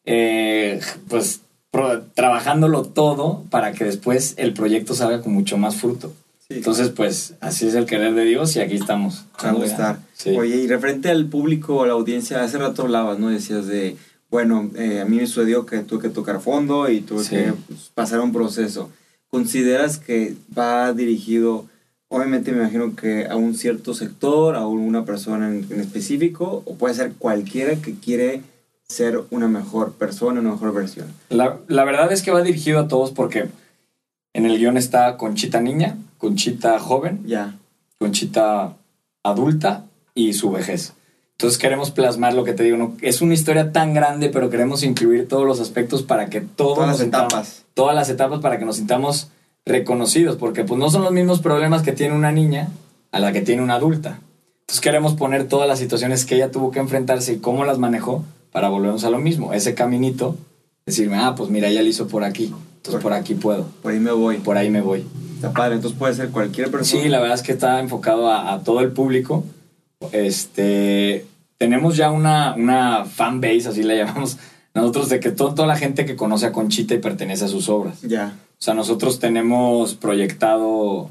pues, trabajándolo todo para que después el proyecto salga con mucho más fruto. Sí. Entonces, pues, así es el querer de Dios y aquí estamos. Va a gustar. Sí. Oye, y referente al público, a la audiencia, hace rato hablabas, ¿no? Decías de, bueno, a mí me sucedió que tuve que tocar fondo y tuve que pasar un proceso. ¿Consideras que va dirigido, obviamente me imagino que a un cierto sector, a una persona en específico, o puede ser cualquiera que quiere ser una mejor persona, una mejor versión? La verdad es que va dirigido a todos porque en el guión está Conchita niña, Conchita joven, Conchita adulta y su vejez. Entonces queremos plasmar lo que te digo, ¿no? Es una historia tan grande, pero queremos incluir todos los aspectos para que todas las etapas para que nos sintamos reconocidos, porque pues no son los mismos problemas que tiene una niña a la que tiene una adulta. Entonces queremos poner todas las situaciones que ella tuvo que enfrentarse y cómo las manejó para volvernos a lo mismo, ese caminito, decirme, pues mira, ella lo hizo por aquí, entonces por aquí puedo. Por ahí me voy. Por ahí me voy. Está padre, entonces puede ser cualquier persona. Sí, la verdad es que está enfocado a todo el público. Tenemos ya una fan base, así la llamamos nosotros, de que toda la gente que conoce a Conchita y pertenece a sus obras. Ya. O sea, nosotros tenemos proyectado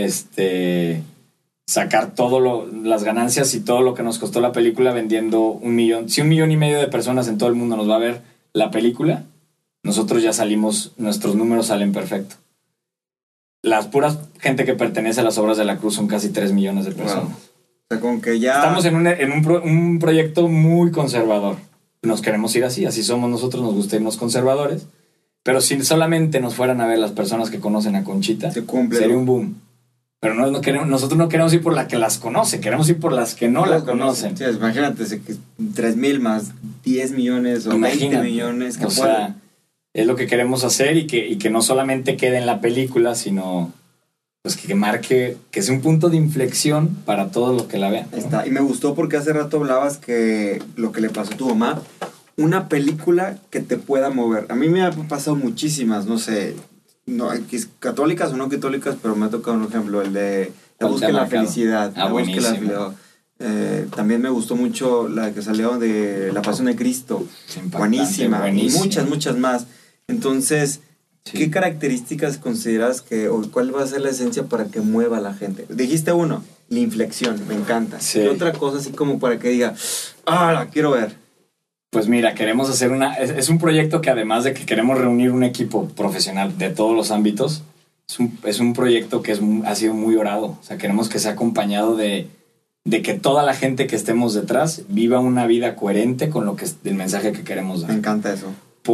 sacar las ganancias y todo lo que nos costó la película vendiendo 1 millón. Si 1,5 millones de personas en todo el mundo nos va a ver la película, nosotros ya salimos, nuestros números salen perfecto. Las puras gente que pertenece a las obras de la Cruz son casi 3 millones de personas. Wow. O sea, con que ya... Estamos en un proyecto muy conservador. Nos queremos ir así somos nosotros, nos gusta irnos conservadores. Pero si solamente nos fueran a ver las personas que conocen a Conchita, sería un boom. Pero nosotros no queremos ir por la que las conoce, queremos ir por las que no la conocen. Sí, imagínate, 3,000 más 10 millones o 20 millones. O sea, es lo que queremos hacer y que no solamente quede en la película, sino... pues que marque, que es un punto de inflexión para todos los que la vean. Está. Y me gustó porque hace rato hablabas que lo que le pasó a tu mamá, una película que te pueda mover. A mí me ha pasado muchísimas, no sé, no, católicas o no católicas, pero me ha tocado un ejemplo, el de La búsqueda de la felicidad. Ah, buenísimo. También me gustó mucho la que salió de La Pasión de Cristo. Buenísima. Y muchas más. Entonces, sí. ¿Qué características consideras o cuál va a ser la esencia para que mueva a la gente? Dijiste uno, la inflexión, me encanta. Sí. ¿Qué otra cosa así como para que diga, la quiero ver? Pues mira, queremos hacer es un proyecto que además de que queremos reunir un equipo profesional de todos los ámbitos, es un proyecto que ha sido muy orado. O sea, queremos que sea acompañado de que toda la gente que estemos detrás viva una vida coherente con el mensaje que queremos dar. Me encanta eso.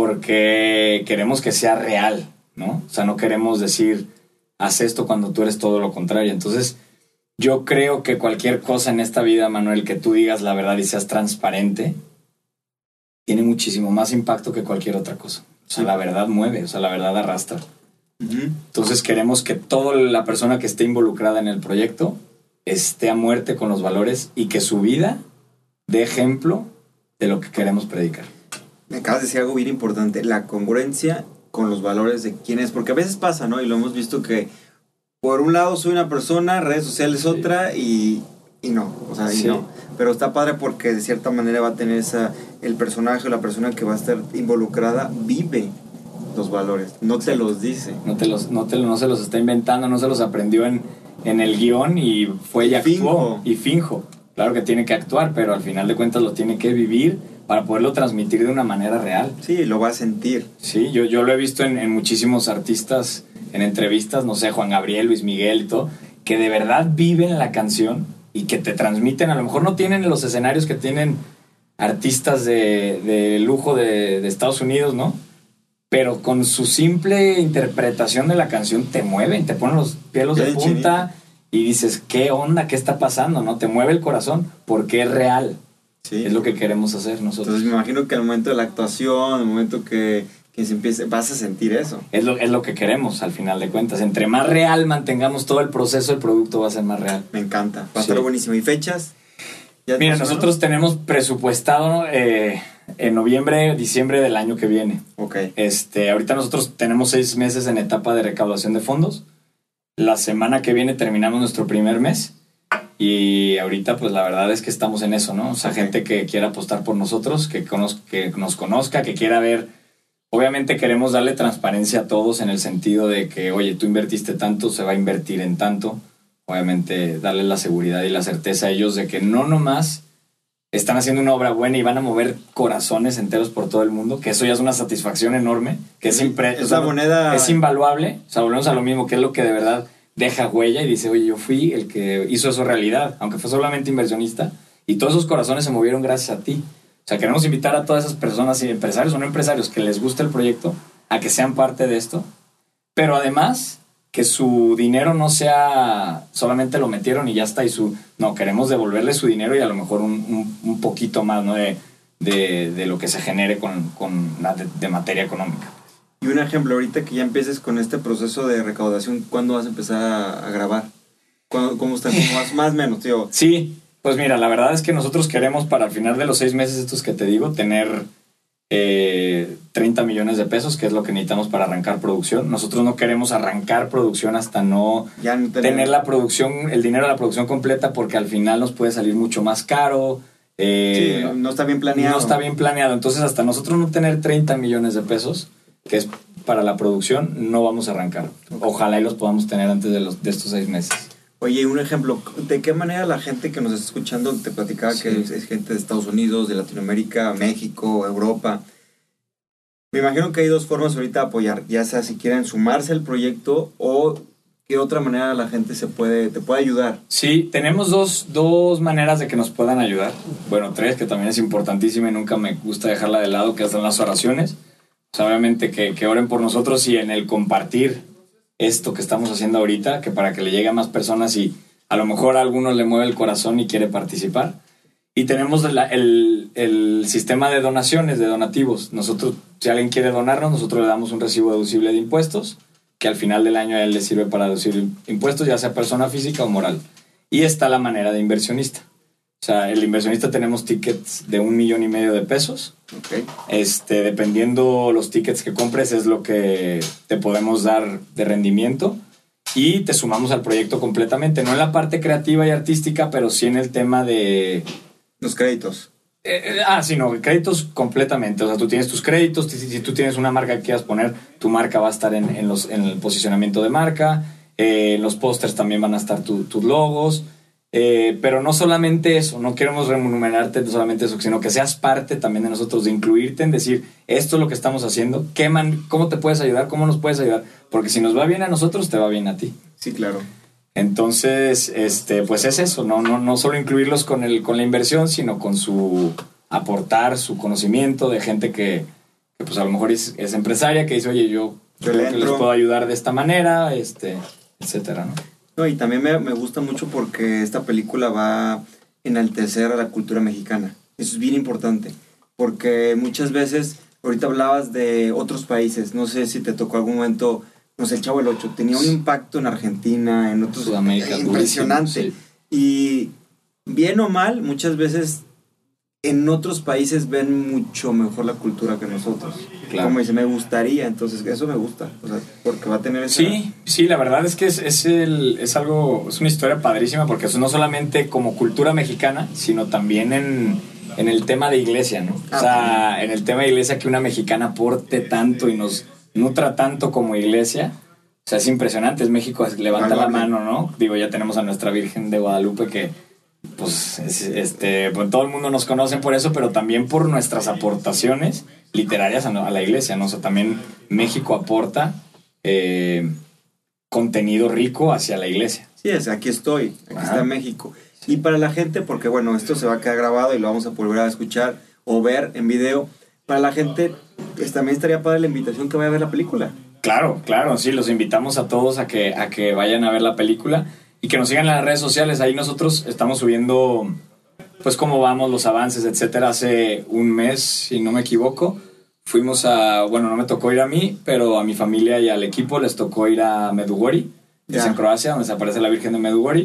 Porque queremos que sea real, ¿no? O sea, no queremos decir, haz esto cuando tú eres todo lo contrario. Entonces, yo creo que cualquier cosa en esta vida, Manuel, que tú digas la verdad y seas transparente, tiene muchísimo más impacto que cualquier otra cosa. O sea, la verdad mueve, o sea, la verdad arrastra. Uh-huh. Entonces, queremos que toda la persona que esté involucrada en el proyecto esté a muerte con los valores y que su vida dé ejemplo de lo que queremos predicar. Me acabas de decir algo bien importante, la congruencia con los valores de quién es, porque a veces pasa, ¿no? Y lo hemos visto que por un lado soy una persona, redes sociales otra y no, o sea, y no. Pero está padre porque de cierta manera va a tener el personaje o la persona que va a estar involucrada vive los valores, no te los dice. No se los está inventando, no se los aprendió en el guión y fue y actuó. Y finjo. Claro que tiene que actuar, pero al final de cuentas lo tiene que vivir para poderlo transmitir de una manera real. Sí, lo va a sentir. Sí, yo lo he visto en muchísimos artistas, en entrevistas, no sé, Juan Gabriel, Luis Miguel y todo, que de verdad viven la canción y que te transmiten, a lo mejor no tienen los escenarios que tienen artistas de lujo de Estados Unidos, ¿no? Pero con su simple interpretación de la canción te mueven, te ponen los pelos de punta y dices, ¿qué onda? ¿Qué está pasando? ¿No? Te mueve el corazón porque es real. Sí. Es lo que queremos hacer nosotros. Entonces me imagino que al momento de la actuación, al momento que se empiece, vas a sentir eso. Es lo que queremos al final de cuentas. Entre más real mantengamos todo el proceso, el producto va a ser más real. Me encanta. Va a estar buenísimo. ¿Y fechas? Mira, nosotros tenemos presupuestado en noviembre, diciembre del año que viene. Ok. Ahorita nosotros tenemos 6 meses en etapa de recaudación de fondos. La semana que viene terminamos nuestro primer mes. Y ahorita pues la verdad es que estamos en eso, ¿no? O sea, gente que quiera apostar por nosotros, que nos conozca, que quiera ver. Obviamente queremos darle transparencia a todos en el sentido de que, oye, tú invertiste tanto, se va a invertir en tanto. Obviamente darle la seguridad y la certeza a ellos de que no nomás están haciendo una obra buena y van a mover corazones enteros por todo el mundo, que eso ya es una satisfacción enorme, que moneda es invaluable. O sea, volvemos a lo mismo, que es lo que de verdad deja huella y dice, oye, yo fui el que hizo eso realidad, aunque fue solamente inversionista, y todos esos corazones se movieron gracias a ti. O sea, queremos invitar a todas esas personas, y empresarios o no empresarios, que les guste el proyecto, a que sean parte de esto, pero además que su dinero no sea solamente lo metieron y ya está, no, queremos devolverle su dinero y a lo mejor un poquito más, ¿no? de lo que se genere de materia económica. Y un ejemplo, ahorita que ya empieces con este proceso de recaudación, ¿cuándo vas a empezar a grabar? ¿Cómo está? Más o menos, tío. Sí, pues mira, la verdad es que nosotros queremos para el final de los 6 meses estos que te digo, tener 30 millones de pesos, que es lo que necesitamos para arrancar producción. Nosotros no queremos arrancar producción hasta no tener la producción, el dinero de la producción completa, porque al final nos puede salir mucho más caro. Sí, no está bien planeado. No está bien planeado. Entonces, hasta nosotros no tener 30 millones de pesos, que es para la producción, no vamos a arrancar. Ojalá y los podamos tener antes de estos 6 meses. Oye, un ejemplo, ¿de qué manera la gente que nos está escuchando, te platicaba que es gente de Estados Unidos, de Latinoamérica, México, Europa? Me imagino que hay 2 formas ahorita de apoyar, ya sea si quieren sumarse al proyecto o qué otra manera la gente te puede ayudar. Sí, tenemos dos maneras de que nos puedan ayudar. Bueno, 3, que también es importantísima y nunca me gusta dejarla de lado, que son las oraciones. O sea, obviamente que oren por nosotros y en el compartir esto que estamos haciendo ahorita, que para que le llegue a más personas y a lo mejor a alguno le mueve el corazón y quiere participar. Y tenemos el sistema de donaciones, de donativos. Nosotros, si alguien quiere donarnos, nosotros le damos un recibo deducible de impuestos, que al final del año a él le sirve para deducir impuestos, ya sea persona física o moral. Y está la manera de inversionista. O sea, el inversionista tenemos tickets de 1.5 millones de pesos. Ok. Dependiendo los tickets que compres es lo que te podemos dar de rendimiento y te sumamos al proyecto completamente, no en la parte creativa y artística, pero sí en el tema de... Los créditos. Sí, no, créditos completamente. O sea, tú tienes tus créditos, si tú tienes una marca que quieras poner, tu marca va a estar en el posicionamiento de marca, en los pósters también van a estar tus logos. Pero no solamente eso, no queremos remunerarte de solamente eso, sino que seas parte también de nosotros, de incluirte en decir, esto es lo que estamos haciendo, ¿cómo te puedes ayudar? ¿Cómo nos puedes ayudar? Porque si nos va bien a nosotros, te va bien a ti. Sí, claro. Entonces, pues es eso, no solo incluirlos con la inversión, sino con su aportar su conocimiento de gente que pues a lo mejor es empresaria, que dice, oye, yo creo que les puedo ayudar de esta manera, etcétera, ¿no? No, y también me gusta mucho porque esta película va a enaltecer a la cultura mexicana. Eso es bien importante, porque muchas veces, ahorita hablabas de otros países, no sé si te tocó algún momento, no sé, el Chavo del Ocho, tenía un impacto en Argentina, en otros... Sudamérica, impresionante. Sí. Y bien o mal, muchas veces en otros países ven mucho mejor la cultura que nosotros. Claro. Como dice, me gustaría, entonces eso me gusta, o sea, porque va a tener esa... Sí, la verdad es que es una historia padrísima, porque eso no solamente como cultura mexicana, sino también en el tema de iglesia, ¿no? O sea, en el tema de iglesia, que una mexicana aporte tanto y nos nutra tanto como iglesia. O sea, es impresionante. Es México, levanta la mano, ¿no? Digo, ya tenemos a nuestra Virgen de Guadalupe que... pues pues todo el mundo nos conoce por eso, pero también por nuestras aportaciones literarias a la iglesia, ¿no? O sea, también México aporta contenido rico hacia la iglesia. Sí, aquí estoy, aquí está México. Y para la gente, porque bueno, esto se va a quedar grabado y lo vamos a volver a escuchar o ver en video, para la gente también estaría padre la invitación que vaya a ver la película. Claro, sí, los invitamos a todos a que vayan a ver la película. Y que nos sigan en las redes sociales. Ahí nosotros estamos subiendo, pues, cómo vamos, los avances, etcétera. Hace un mes, si no me equivoco, fuimos bueno, no me tocó ir a mí, pero a mi familia y al equipo les tocó ir a Medugorje, que es en Croacia, donde se aparece la Virgen de Medugorje.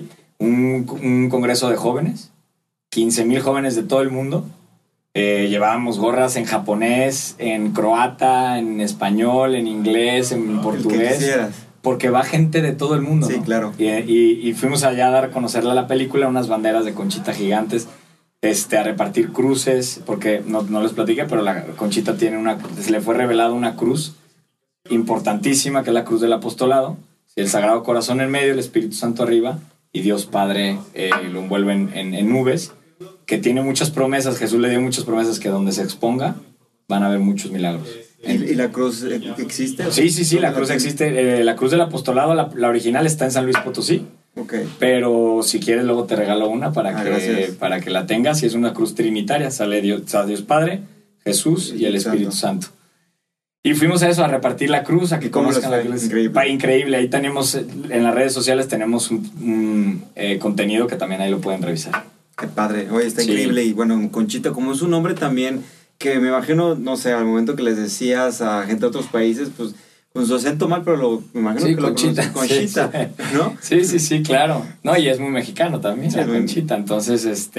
Un congreso de jóvenes, 15,000 jóvenes de todo el mundo. Llevábamos gorras en japonés, en croata, en español, en inglés, en portugués. Porque va gente de todo el mundo, sí, ¿no? Claro. Y fuimos allá a dar a conocerle la película, unas banderas de Conchita gigantes, a repartir cruces, porque no les platiqué, pero la Conchita se le fue revelada una cruz importantísima, que es la cruz del apostolado, el Sagrado Corazón en medio, el Espíritu Santo arriba, y Dios Padre lo envuelve en nubes, que tiene muchas promesas. Jesús le dio muchas promesas que donde se exponga van a haber muchos milagros. ¿Y la cruz existe? Sí, la cruz existe. La cruz del apostolado, la original está en San Luis Potosí. Okay. Pero si quieres luego te regalo una para que la tengas, y es una cruz trinitaria. Sale Dios Padre, Jesús y el Espíritu Santo. Y fuimos a eso, a repartir la cruz, a que conozcan la cruz. Increíble. Ahí tenemos, en las redes sociales tenemos un contenido que también ahí lo pueden revisar. Qué padre. Oye, está increíble. Y bueno, Conchita, como es un nombre también que me imagino, no sé, al momento que les decías a gente de otros países, pues con su acento mal, pero me imagino que Conchita. Lo Conchita, ¿no? Sí, claro. No, y es muy mexicano también, la Conchita. Entonces,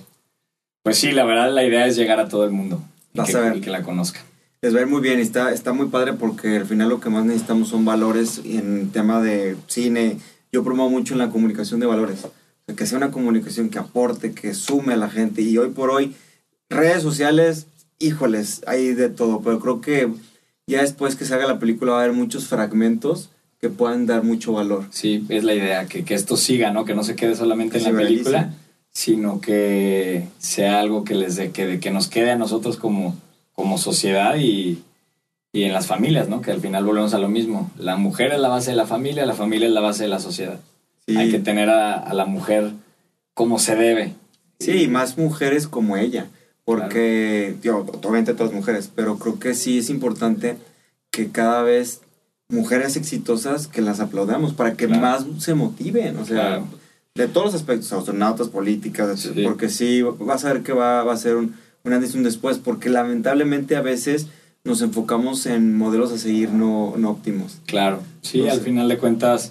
pues sí, la verdad la idea es llegar a todo el mundo y que la conozcan. Les va a ir muy bien, está muy padre, porque al final lo que más necesitamos son valores. En tema de cine, yo promuevo mucho en la comunicación de valores. O sea, que sea una comunicación que aporte, que sume a la gente. Y hoy por hoy, redes sociales, híjoles, hay de todo, pero creo que ya después que salga la película va a haber muchos fragmentos que puedan dar mucho valor. Sí, es la idea, que esto siga, ¿no? Que no se quede solamente en la película, sino que sea algo que nos quede a nosotros como sociedad y en las familias, ¿no? Que al final volvemos a lo mismo. La mujer es la base de la familia es la base de la sociedad. Sí. Hay que tener a la mujer como se debe. Sí, y más mujeres como ella. Porque, obviamente todas mujeres, pero creo que sí es importante que cada vez mujeres exitosas que las aplaudamos para que más se motiven, o sea, de todos los aspectos, astronautas, políticas, porque sí, vas a ver que va a ser un antes y un después, porque lamentablemente a veces nos enfocamos en modelos a seguir no óptimos. Claro, sí, al final de cuentas,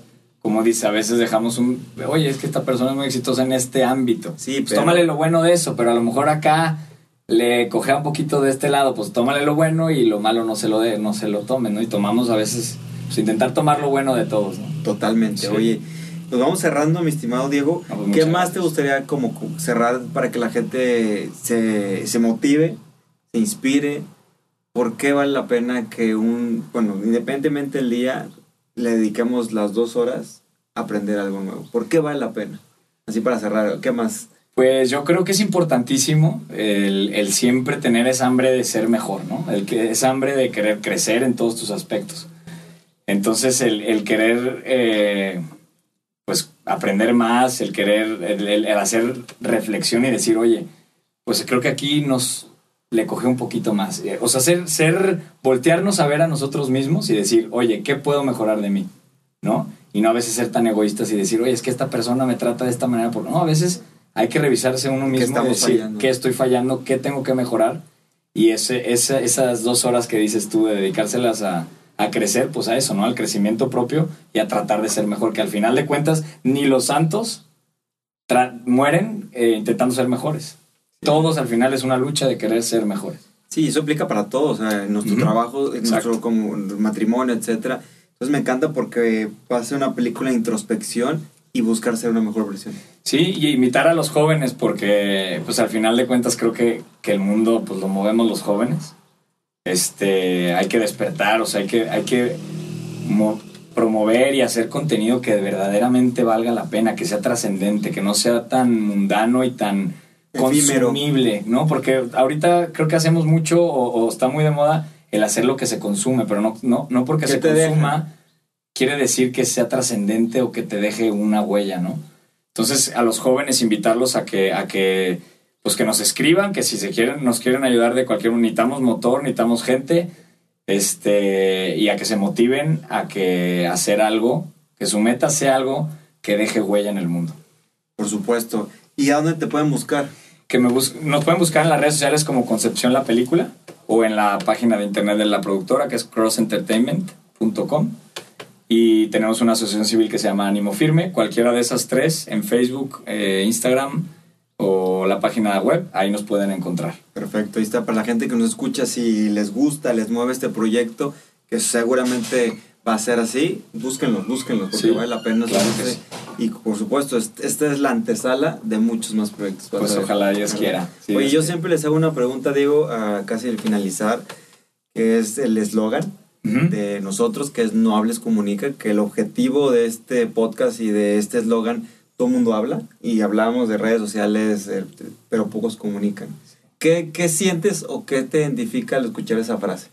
como dice, a veces dejamos oye, es que esta persona es muy exitosa en este ámbito. Sí, pues tómale lo bueno de eso, pero a lo mejor acá le cogea un poquito de este lado, pues tómale lo bueno y lo malo no se lo tomen, ¿no? Y tomamos a veces, pues intentar tomar lo bueno de todos, ¿no? Totalmente. Sí. Oye, pues vamos cerrando, mi estimado Diego. No, pues ¿Qué más te gustaría como cerrar para que la gente se motive, se inspire? ¿Por qué vale la pena que independientemente del día, le dediquemos las 2 horas a aprender algo nuevo? ¿Por qué vale la pena? Así para cerrar, ¿qué más? Pues yo creo que es importantísimo el siempre tener esa hambre de ser mejor, ¿no? Esa hambre de querer crecer en todos tus aspectos. Entonces el querer pues aprender más, el hacer reflexión y decir, oye, pues creo que aquí le coge un poquito más. O sea, voltearnos a ver a nosotros mismos y decir, oye, ¿qué puedo mejorar de mí? ¿No? Y no a veces ser tan egoístas y decir, oye, es que esta persona me trata de esta manera. No, a veces hay que revisarse uno mismo y decir, ¿qué estoy fallando? ¿Qué tengo que mejorar? Y esas 2 horas que dices tú de dedicárselas a crecer, pues a eso, ¿no? Al crecimiento propio y a tratar de ser mejor. Que al final de cuentas, ni los santos mueren intentando ser mejores. Todos al final es una lucha de querer ser mejores. Sí, eso aplica para todos, o sea, en nuestro trabajo, en nuestro como matrimonio, etcétera. Entonces me encanta porque va a ser una película de introspección y buscar ser una mejor versión. Sí, y invitar a los jóvenes porque pues al final de cuentas creo que el mundo pues lo movemos los jóvenes. Hay que despertar, o sea, hay que promover y hacer contenido que verdaderamente valga la pena, que sea trascendente, que no sea tan mundano y tan consumible, ¿no? Porque ahorita creo que hacemos mucho o está muy de moda el hacer lo que se consume, pero no porque se consuma quiere decir que sea trascendente o que te deje una huella, ¿no? Entonces a los jóvenes invitarlos a que pues que nos escriban, que si nos quieren ayudar de cualquier, necesitamos motor, necesitamos gente, y a que se motiven a que hacer algo, que su meta sea algo que deje huella en el mundo. Por supuesto. ¿Y a dónde te pueden buscar? Nos pueden buscar en las redes sociales como Concepción la Película o en la página de internet de la productora que es crossentertainment.com y tenemos una asociación civil que se llama Ánimo Firme. Cualquiera de esas 3 en Facebook, Instagram o la página web, ahí nos pueden encontrar. Perfecto, ahí está para la gente que nos escucha, si les gusta, les mueve este proyecto, que seguramente va a ser así, búsquenlos, porque sí, vale la pena. Claro que sí. Y por supuesto, esta es la antesala de muchos más proyectos. Pues ojalá Dios quiera. Sí, oye, yo siempre les hago una pregunta, Diego, casi al finalizar, que es el eslogan de nosotros, que es No Hables, Comunica, que el objetivo de este podcast y de este eslogan, todo el mundo habla, y hablamos de redes sociales, pero pocos comunican. ¿Qué sientes o qué te identifica al escuchar esa frase?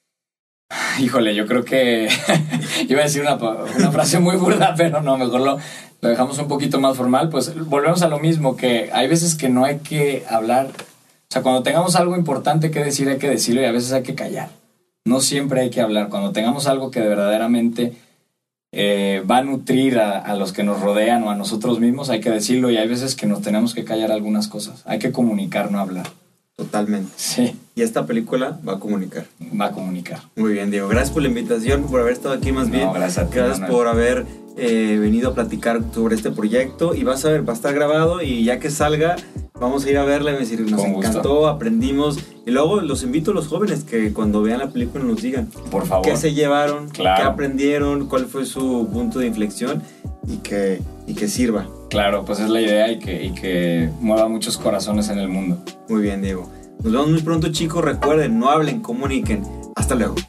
Híjole, yo creo que iba a decir una frase muy burda, pero no, mejor lo dejamos un poquito más formal. Pues volvemos a lo mismo, que hay veces que no hay que hablar. O sea, cuando tengamos algo importante que decir, hay que decirlo, y a veces hay que callar. No siempre hay que hablar. Cuando tengamos algo que verdaderamente va a nutrir a los que nos rodean o a nosotros mismos, hay que decirlo, y hay veces que nos tenemos que callar algunas cosas. Hay que comunicar, no hablar. Totalmente. Sí. Y esta película va a comunicar. Va a comunicar. Muy bien, Diego. Gracias por la invitación, por haber estado aquí más bien. Gracias a ti, gracias Manuel, por haber venido a platicar sobre este proyecto. Y vas a ver, va a estar grabado y ya que salga, vamos a ir a verla y decir, nos encantó, aprendimos. Y luego los invito a los jóvenes que cuando vean la película nos digan, por favor, qué se llevaron, claro, qué aprendieron, cuál fue su punto de inflexión y que sirva. Claro, pues es la idea y que mueva muchos corazones en el mundo. Muy bien, Diego. Nos vemos muy pronto, chicos. Recuerden, no hablen, comuniquen. Hasta luego.